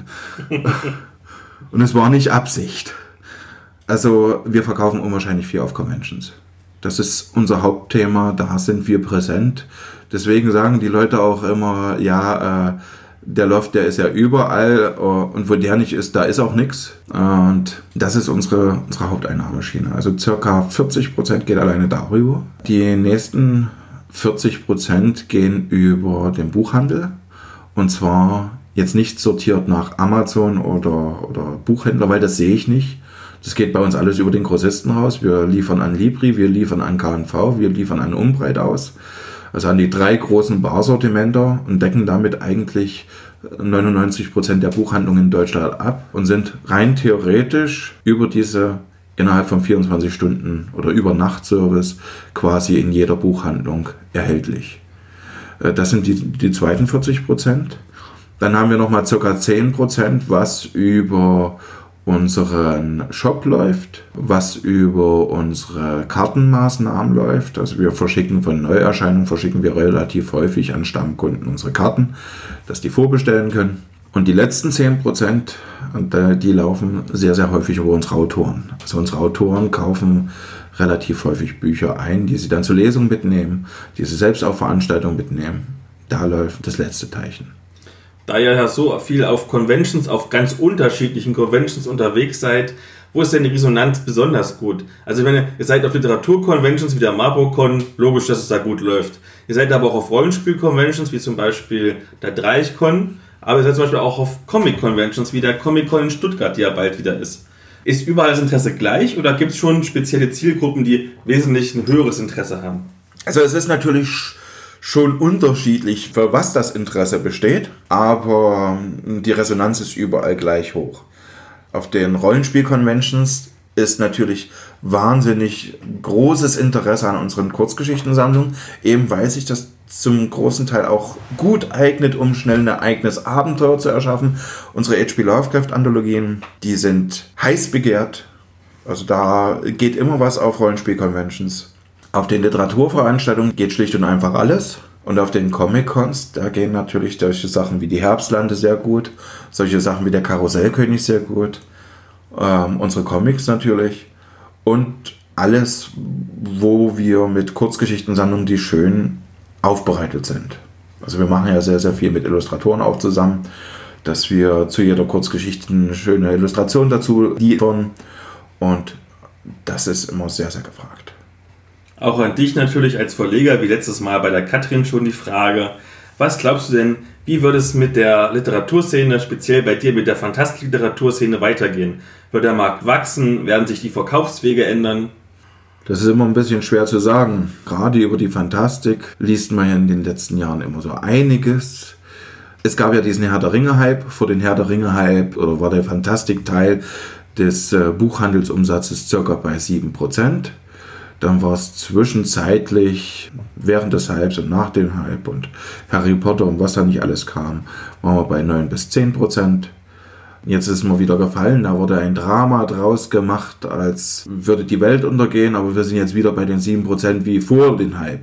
Speaker 2: Und es war nicht Absicht. Also wir verkaufen unwahrscheinlich viel auf Conventions. Das ist unser Hauptthema, da sind wir präsent. Deswegen sagen die Leute auch immer, ja, äh, Der Loft, der ist ja überall und wo der nicht ist, da ist auch nichts. Und das ist unsere, unsere Haupteinnahmeschiene. Also circa vierzig Prozent geht alleine darüber. Die nächsten vierzig Prozent gehen über den Buchhandel. Und zwar jetzt nicht sortiert nach Amazon oder, oder Buchhändler, weil das sehe ich nicht. Das geht bei uns alles über den Grossisten raus. Wir liefern an Libri, wir liefern an K und V, wir liefern an Umbreit aus. Also an die drei großen Barsortimenter und decken damit eigentlich neunundneunzig Prozent der Buchhandlungen in Deutschland ab und sind rein theoretisch über diese innerhalb von vierundzwanzig Stunden oder über Nachtservice quasi in jeder Buchhandlung erhältlich. Das sind die, die zweiten vierzig Prozent. Dann haben wir nochmal ca. zehn Prozent, was über unseren Shop läuft, was über unsere Kartenmaßnahmen läuft. Also wir verschicken von Neuerscheinungen, verschicken wir relativ häufig an Stammkunden unsere Karten, dass die vorbestellen können. Und die letzten zehn Prozent, die laufen sehr, sehr häufig über unsere Autoren. Also unsere Autoren kaufen relativ häufig Bücher ein, die sie dann zur Lesung mitnehmen, die sie selbst auf Veranstaltungen mitnehmen. Da läuft das letzte Teilchen.
Speaker 1: Da ihr ja so viel auf Conventions, auf ganz unterschiedlichen Conventions unterwegs seid, wo ist denn die Resonanz besonders gut? Also wenn ihr, ihr seid auf Literatur-Conventions wie der Marburg-Con, logisch, dass es da gut läuft. Ihr seid aber auch auf Rollenspiel-Conventions wie zum Beispiel der Dreichcon, aber ihr seid zum Beispiel auch auf Comic-Conventions wie der Comic-Con in Stuttgart, die ja bald wieder ist. Ist überall das Interesse gleich oder gibt es schon spezielle Zielgruppen, die wesentlich ein höheres Interesse haben?
Speaker 2: Also es ist natürlich schon unterschiedlich, für was das Interesse besteht, aber die Resonanz ist überall gleich hoch. Auf den Rollenspiel-Conventions ist natürlich wahnsinnig großes Interesse an unseren Kurzgeschichtensammlungen, eben weil sich das zum großen Teil auch gut eignet, um schnell ein eigenes Abenteuer zu erschaffen. Unsere H P Lovecraft-Anthologien, die sind heiß begehrt, also da geht immer was auf Rollenspiel-Conventions. Auf den Literaturveranstaltungen geht schlicht und einfach alles. Und auf den Comic-Cons, da gehen natürlich solche Sachen wie die Herbstlande sehr gut, solche Sachen wie der Karussellkönig sehr gut, ähm, unsere Comics natürlich und alles, wo wir mit Kurzgeschichtensammlungen, die schön aufbereitet sind. Also wir machen ja sehr, sehr viel mit Illustratoren auch zusammen, dass wir zu jeder Kurzgeschichte eine schöne Illustration dazu liefern und das ist immer sehr, sehr gefragt.
Speaker 1: Auch an dich natürlich als Verleger, wie letztes Mal bei der Katrin schon die Frage, was glaubst du denn, wie wird es mit der Literaturszene, speziell bei dir mit der Fantastik-Literaturszene weitergehen? Wird der Markt wachsen? Werden sich die Verkaufswege ändern?
Speaker 2: Das ist immer ein bisschen schwer zu sagen. Gerade über die Fantastik liest man ja in den letzten Jahren immer so einiges. Es gab ja diesen Herr der Ringe-Hype. Vor dem Herr der Ringe-Hype oder war der Fantastik-Teil des äh, Buchhandelsumsatzes circa bei sieben Prozent. Dann war es zwischenzeitlich während des Hypes und nach dem Hype und Harry Potter und was da nicht alles kam, waren wir bei neun bis zehn Prozent. Jetzt ist es mal wieder gefallen, da wurde ein Drama draus gemacht, als würde die Welt untergehen, aber wir sind jetzt wieder bei den sieben Prozent wie vor dem Hype.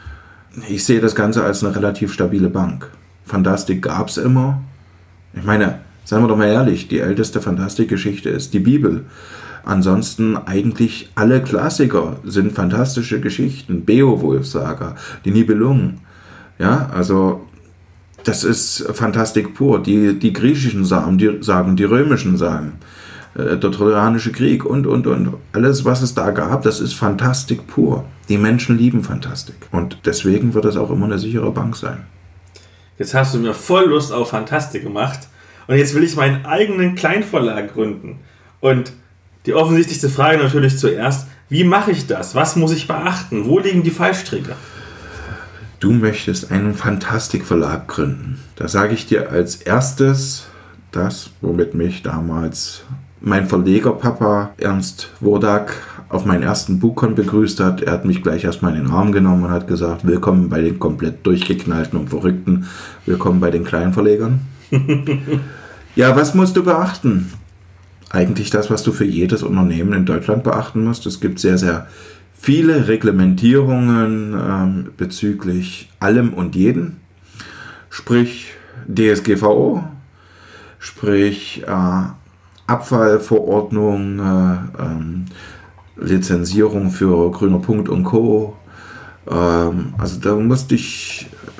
Speaker 2: Ich sehe das Ganze als eine relativ stabile Bank. Fantastik gab es immer. Ich meine, seien wir doch mal ehrlich, die älteste Fantastikgeschichte ist die Bibel. Ansonsten eigentlich alle Klassiker sind fantastische Geschichten. Beowulf-Saga, die Nibelungen. Ja, also das ist Fantastik pur. Die, die griechischen Sagen, die, Sagen, die römischen Sagen, äh, der Trojanische Krieg und, und, und. Alles, was es da gab, das ist Fantastik pur. Die Menschen lieben Fantastik. Und deswegen wird es auch immer eine sichere Bank sein.
Speaker 1: Jetzt hast du mir voll Lust auf Fantastik gemacht. Und jetzt will ich meinen eigenen Kleinverlag gründen. Und die offensichtlichste Frage natürlich zuerst, wie mache ich das? Was muss ich beachten? Wo liegen die Fallstricke?
Speaker 2: Du möchtest einen Fantastikverlag gründen. Da sage ich dir als erstes das, womit mich damals mein Verlegerpapa Ernst Wodak auf meinen ersten Buchcon begrüßt hat. Er hat mich gleich erstmal in den Arm genommen und hat gesagt, willkommen bei den komplett durchgeknallten und Verrückten. Willkommen bei den kleinen Verlegern. Ja, was musst du beachten? Eigentlich das, was du für jedes Unternehmen in Deutschland beachten musst. Es gibt sehr, sehr viele Reglementierungen ähm, bezüglich allem und jedem. Sprich D S G V O, sprich äh, Abfallverordnung, äh, ähm, Lizenzierung für Grüner Punkt und Co. Ähm, also da musst dich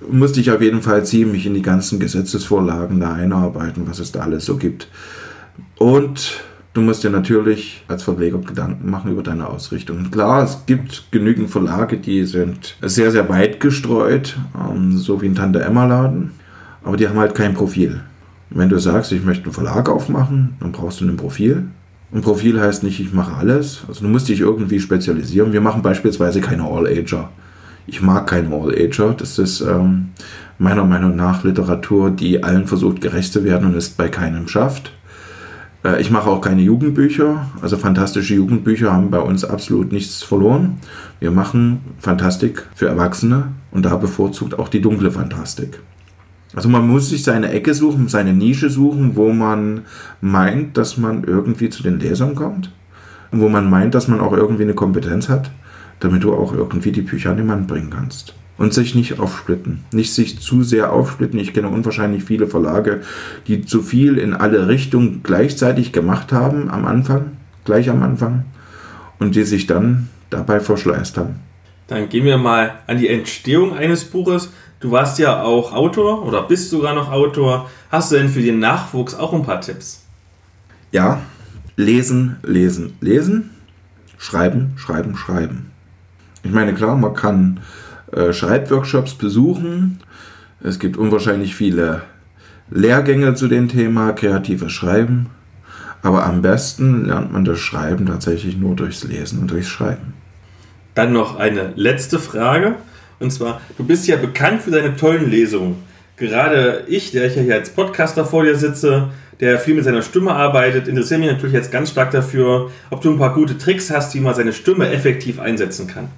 Speaker 2: musste ich auf jeden Fall ziemlich in die ganzen Gesetzesvorlagen da einarbeiten, was es da alles so gibt. Und du musst dir natürlich als Verleger Gedanken machen über deine Ausrichtung. Klar, es gibt genügend Verlage, die sind sehr, sehr weit gestreut, so wie ein Tante-Emma-Laden, aber die haben halt kein Profil. Wenn du sagst, ich möchte einen Verlag aufmachen, dann brauchst du ein Profil. Ein Profil heißt nicht, ich mache alles. Also du musst dich irgendwie spezialisieren. Wir machen beispielsweise keine All-Ager. Ich mag keine All-Ager. Das ist ähm, meiner Meinung nach Literatur, die allen versucht gerecht zu werden und es bei keinem schafft. Äh, ich mache auch keine Jugendbücher. Also fantastische Jugendbücher haben bei uns absolut nichts verloren. Wir machen Fantastik für Erwachsene und da bevorzugt auch die dunkle Fantastik. Also man muss sich seine Ecke suchen, seine Nische suchen, wo man meint, dass man irgendwie zu den Lesern kommt. Und wo man meint, dass man auch irgendwie eine Kompetenz hat, damit du auch irgendwie die Bücher an den Mann bringen kannst. Und sich nicht aufsplitten. Nicht sich zu sehr aufsplitten. Ich kenne unwahrscheinlich viele Verlage, die zu viel in alle Richtungen gleichzeitig gemacht haben am Anfang, gleich am Anfang, und die sich dann dabei verschleißt haben.
Speaker 1: Dann gehen wir mal an die Entstehung eines Buches. Du warst ja auch Autor oder bist sogar noch Autor. Hast du denn für den Nachwuchs auch ein paar Tipps?
Speaker 2: Ja, lesen, lesen, lesen, schreiben, schreiben, schreiben. Ich meine, klar, man kann äh, Schreibworkshops besuchen. Es gibt unwahrscheinlich viele Lehrgänge zu dem Thema kreatives Schreiben. Aber am besten lernt man das Schreiben tatsächlich nur durchs Lesen und durchs Schreiben.
Speaker 1: Dann noch eine letzte Frage. Und zwar, du bist ja bekannt für deine tollen Lesungen. Gerade ich, der ich ja hier als Podcaster vor dir sitze, der viel mit seiner Stimme arbeitet, interessiert mich natürlich jetzt ganz stark dafür, ob du ein paar gute Tricks hast, wie man seine Stimme effektiv einsetzen kann.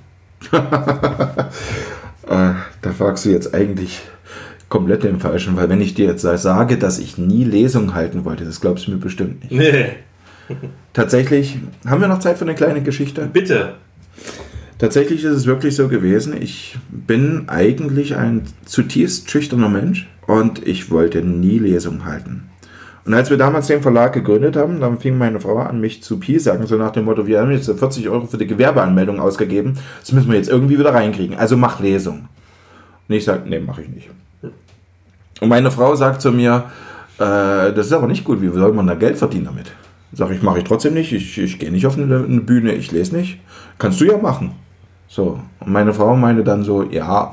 Speaker 2: Da fragst du jetzt eigentlich komplett den Falschen, weil wenn ich dir jetzt sage, dass ich nie Lesungen halten wollte, das glaubst du mir bestimmt nicht.
Speaker 1: Nee.
Speaker 2: Tatsächlich, haben wir noch Zeit für eine kleine Geschichte?
Speaker 1: Bitte.
Speaker 2: Tatsächlich ist es wirklich so gewesen, ich bin eigentlich ein zutiefst schüchterner Mensch und ich wollte nie Lesungen halten. Und als wir damals den Verlag gegründet haben, dann fing meine Frau an, mich zu piesacken, so nach dem Motto, wir haben jetzt vierzig Euro für die Gewerbeanmeldung ausgegeben, das müssen wir jetzt irgendwie wieder reinkriegen, also mach Lesungen. Und ich sage, nee, mache ich nicht. Und meine Frau sagt zu mir, äh, das ist aber nicht gut, wie soll man da Geld verdienen damit? Sag ich, mache ich trotzdem nicht, ich, ich gehe nicht auf eine, eine Bühne, ich lese nicht. Kannst du ja machen. So, und meine Frau meinte dann so, ja,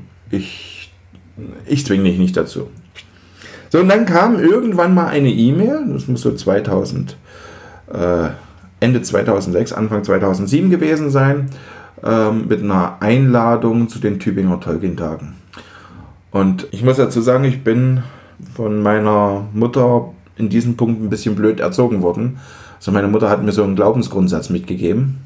Speaker 2: ich, ich zwinge dich nicht dazu. So, und dann kam irgendwann mal eine E-Mail, das muss so zweitausend, äh, Ende zweitausendsechs, Anfang zweitausendsieben gewesen sein, ähm, mit einer Einladung zu den Tübinger Tolkien-Tagen. Und ich muss dazu sagen, ich bin von meiner Mutter in diesem Punkt ein bisschen blöd erzogen worden. Also meine Mutter hat mir so einen Glaubensgrundsatz mitgegeben.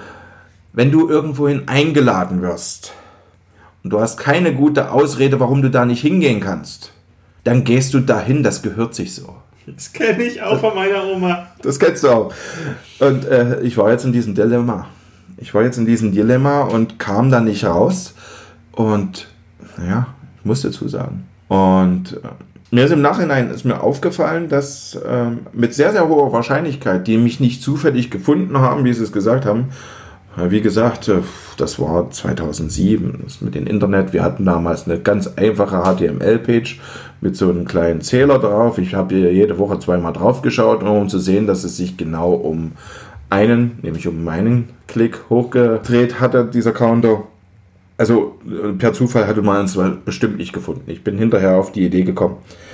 Speaker 2: Wenn du irgendwohin eingeladen wirst und du hast keine gute Ausrede, warum du da nicht hingehen kannst, dann gehst du dahin, das gehört sich so.
Speaker 1: Das kenne ich auch von meiner Oma.
Speaker 2: Das kennst du auch. Und äh, ich war jetzt in diesem Dilemma. Ich war jetzt in diesem Dilemma und kam da nicht raus. Und naja, ich muss dazu sagen. Und äh, mir ist im Nachhinein ist mir aufgefallen, dass äh, mit sehr, sehr hoher Wahrscheinlichkeit, die mich nicht zufällig gefunden haben, wie sie es gesagt haben, wie gesagt, das war zweitausendsieben, das mit dem Internet. Wir hatten damals eine ganz einfache H T M L-Page mit so einem kleinen Zähler drauf. Ich habe hier jede Woche zweimal drauf geschaut, um zu sehen, dass es sich genau um einen, nämlich um meinen Klick hochgedreht hatte, dieser Counter. Also per Zufall hatte man es bestimmt nicht gefunden. Ich bin hinterher auf die Idee gekommen.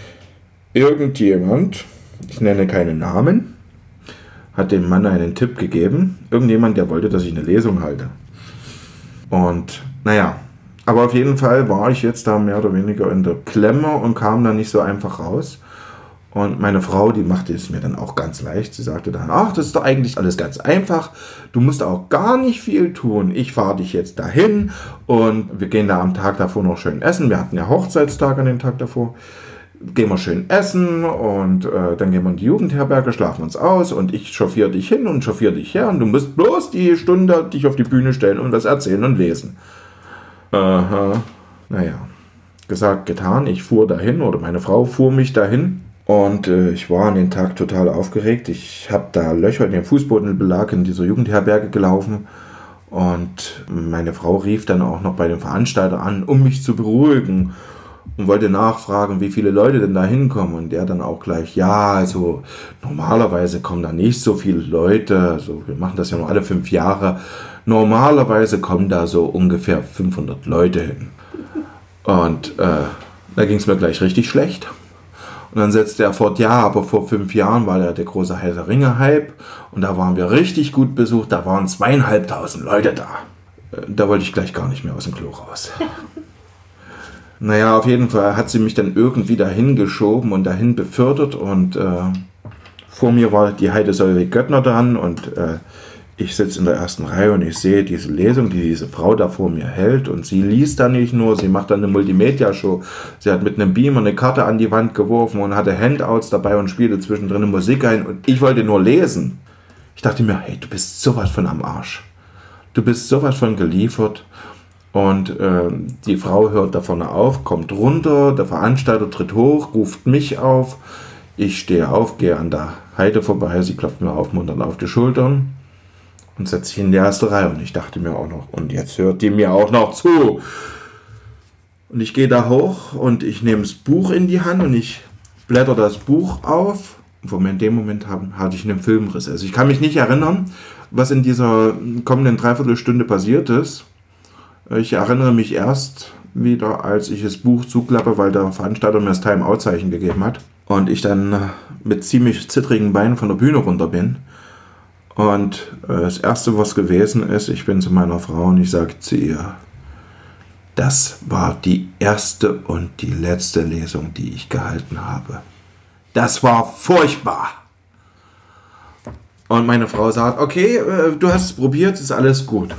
Speaker 2: Irgendjemand, ich nenne keinen Namen, hat dem Mann einen Tipp gegeben. Irgendjemand, der wollte, dass ich eine Lesung halte. Und naja, aber auf jeden Fall war ich jetzt da mehr oder weniger in der Klemme und kam da nicht so einfach raus. Und meine Frau, die machte es mir dann auch ganz leicht. Sie sagte dann, ach, das ist doch eigentlich alles ganz einfach. Du musst auch gar nicht viel tun. Ich fahre dich jetzt dahin und wir gehen da am Tag davor noch schön essen. Wir hatten ja Hochzeitstag an den Tag davor. Gehen wir schön essen und äh, dann gehen wir in die Jugendherberge, schlafen uns aus und ich chauffiere dich hin und chauffiere dich her und du musst bloß die Stunde dich auf die Bühne stellen und was erzählen und lesen. Aha, naja, gesagt, getan, ich fuhr dahin oder meine Frau fuhr mich dahin und äh, ich war an den Tag total aufgeregt. Ich habe da Löcher in den Fußbodenbelag in dieser Jugendherberge gelaufen Und meine Frau rief dann auch noch bei dem Veranstalter an, um mich zu beruhigen und wollte nachfragen, wie viele Leute denn da hinkommen. Und der dann auch gleich, ja, also normalerweise kommen da nicht so viele Leute. Also wir machen das ja nur alle fünf Jahre. Normalerweise kommen da so ungefähr fünfhundert Leute hin. Und äh, da ging es mir gleich richtig schlecht. Und dann setzte er fort, ja, aber vor fünf Jahren war der, der große Herr der Ringe-Hype und da waren wir richtig gut besucht, da waren zweieinhalbtausend Leute da. Da wollte ich gleich gar nicht mehr aus dem Klo raus. Naja, auf jeden Fall hat sie mich dann irgendwie dahin geschoben und dahin befördert und äh, vor mir war die Heide Solveig Göttner dran und äh, ich sitze in der ersten Reihe und ich sehe diese Lesung, die diese Frau da vor mir hält und sie liest da nicht nur, sie macht dann eine Multimedia-Show. Sie hat mit einem Beamer eine Karte an die Wand geworfen und hatte Handouts dabei und spielte zwischendrin Musik ein und ich wollte nur lesen. Ich dachte mir, hey, du bist sowas von am Arsch. Du bist sowas von geliefert und äh, die Frau hört da vorne auf, kommt runter, der Veranstalter tritt hoch, ruft mich auf. Ich stehe auf, gehe an der Heide vorbei, sie klopft mir aufmunternd auf die Schultern. Und setze sich in die erste Reihe. Und ich dachte mir auch noch, und jetzt hört die mir auch noch zu. Und ich gehe da hoch und ich nehme das Buch in die Hand und ich blätter das Buch auf. Und von mir in dem Moment haben, hatte ich einen Filmriss. Also ich kann mich nicht erinnern, was in dieser kommenden Dreiviertelstunde passiert ist. Ich erinnere mich erst wieder, als ich das Buch zuklappe, weil der Veranstalter mir das Time-Out-Zeichen gegeben hat. Und ich dann mit ziemlich zittrigen Beinen von der Bühne runter bin. Und äh, das Erste, was gewesen ist, ich bin zu meiner Frau und ich sage zu ihr, das war die erste und die letzte Lesung, die ich gehalten habe. Das war furchtbar. Und meine Frau sagt, okay, äh, du hast es probiert, ist alles gut.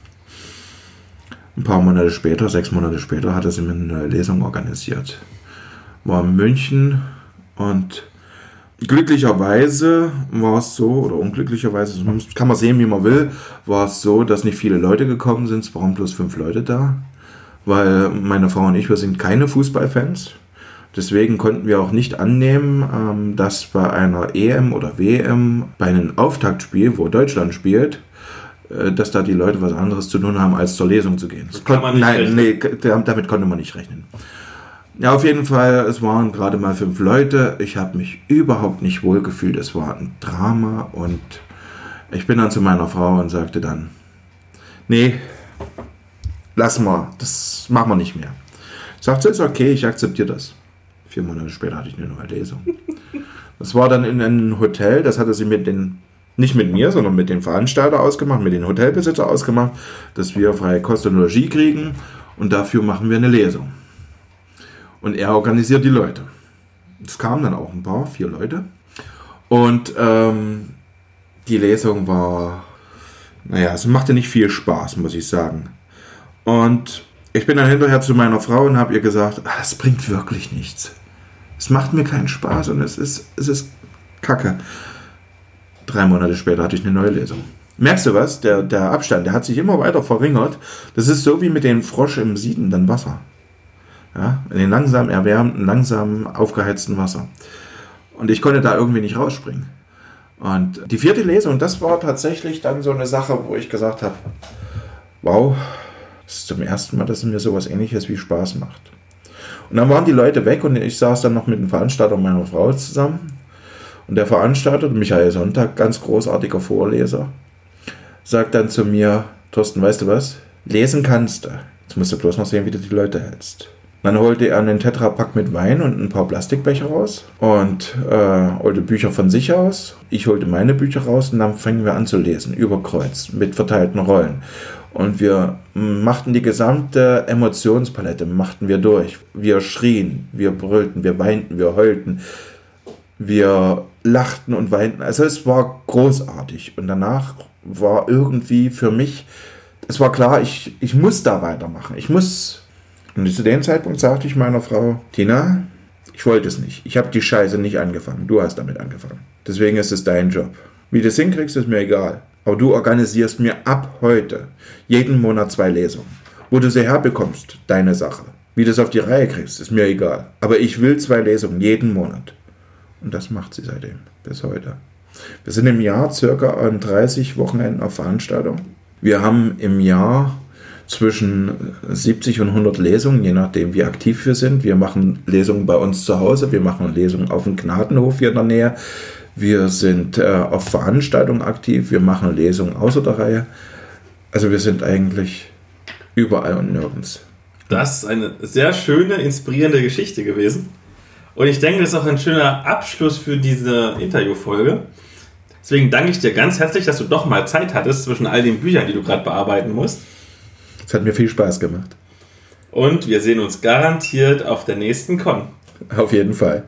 Speaker 2: Ein paar Monate später, sechs Monate später, hatte sie mir eine Lesung organisiert. War in München und glücklicherweise war es so, oder unglücklicherweise, kann man sehen, wie man will, war es so, dass nicht viele Leute gekommen sind. Es waren bloß fünf Leute da, weil meine Frau und ich, wir sind keine Fußballfans. Deswegen konnten wir auch nicht annehmen, dass bei einer E M oder W M, bei einem Auftaktspiel, wo Deutschland spielt, dass da die Leute was anderes zu tun haben, als zur Lesung zu gehen. Das kann man nicht Nein, nee, damit konnte man nicht rechnen. Ja, auf jeden Fall, es waren gerade mal fünf Leute. Ich habe mich überhaupt nicht wohl gefühlt. Es war ein Drama und ich bin dann zu meiner Frau und sagte dann, nee, lass mal, das machen wir nicht mehr. Sagt sie, ist okay, ich akzeptiere das. Vier Monate später hatte ich eine neue Lesung. Das war dann in einem Hotel, das hatte sie mit den, nicht mit mir, sondern mit dem Veranstalter ausgemacht, mit den Hotelbesitzer ausgemacht, dass wir freie Kost und Logis kriegen und dafür machen wir eine Lesung. Und er organisiert die Leute. Es kamen dann auch ein paar, vier Leute. Und ähm, die Lesung war, naja, es machte nicht viel Spaß, muss ich sagen. Und ich bin dann hinterher zu meiner Frau und habe ihr gesagt, ah, es bringt wirklich nichts. Es macht mir keinen Spaß und es ist, es ist Kacke. Drei Monate später hatte ich eine neue Lesung. Merkst du was? Der, der Abstand, der hat sich immer weiter verringert. Das ist so wie mit dem Frosch im siedenden Wasser. Ja, in den langsam erwärmten, langsam aufgeheizten Wasser. Und ich konnte da irgendwie nicht rausspringen. Und die vierte Lesung, das war tatsächlich dann so eine Sache, wo ich gesagt habe, wow, das ist zum ersten Mal, dass es mir sowas Ähnliches wie Spaß macht. Und dann waren die Leute weg und ich saß dann noch mit dem Veranstalter und meiner Frau zusammen. Und der Veranstalter, Michael Sonntag, ganz großartiger Vorleser, sagt dann zu mir, Thorsten, weißt du was? Lesen kannst du. Jetzt musst du bloß noch sehen, wie du die Leute hältst. Dann holte er einen Tetrapack mit Wein und ein paar Plastikbecher raus und äh, holte Bücher von sich aus. Ich holte meine Bücher raus und dann fingen wir an zu lesen, über Kreuz, mit verteilten Rollen. Und wir machten die gesamte Emotionspalette, machten wir durch. Wir schrien, wir brüllten, wir weinten, wir heulten, wir lachten und weinten. Also es war großartig. Und danach war irgendwie für mich, es war klar, ich, ich muss da weitermachen. Ich muss... Und zu dem Zeitpunkt sagte ich meiner Frau, Tina, ich wollte es nicht. Ich habe die Scheiße nicht angefangen. Du hast damit angefangen. Deswegen ist es dein Job. Wie du es hinkriegst, ist mir egal. Aber du organisierst mir ab heute jeden Monat zwei Lesungen. Wo du sie herbekommst, deine Sache. Wie du es auf die Reihe kriegst, ist mir egal. Aber ich will zwei Lesungen jeden Monat. Und das macht sie seitdem, bis heute. Wir sind im Jahr circa an dreißig Wochenenden auf Veranstaltung. Wir haben im Jahr zwischen siebzig und hundert Lesungen, je nachdem wie aktiv wir sind. Wir machen Lesungen bei uns zu Hause, wir machen Lesungen auf dem Gnadenhof hier in der Nähe. Wir sind äh, auf Veranstaltungen aktiv, wir machen Lesungen außer der Reihe. Also wir sind eigentlich überall und nirgends.
Speaker 1: Das ist eine sehr schöne, inspirierende Geschichte gewesen. Und ich denke, das ist auch ein schöner Abschluss für diese Interviewfolge. Deswegen danke ich dir ganz herzlich, dass du doch mal Zeit hattest zwischen all den Büchern, die du gerade bearbeiten musst.
Speaker 2: Es hat mir viel Spaß gemacht.
Speaker 1: Und wir sehen uns garantiert auf der nächsten Con.
Speaker 2: Auf jeden Fall.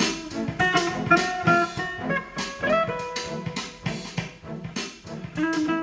Speaker 3: Thank you.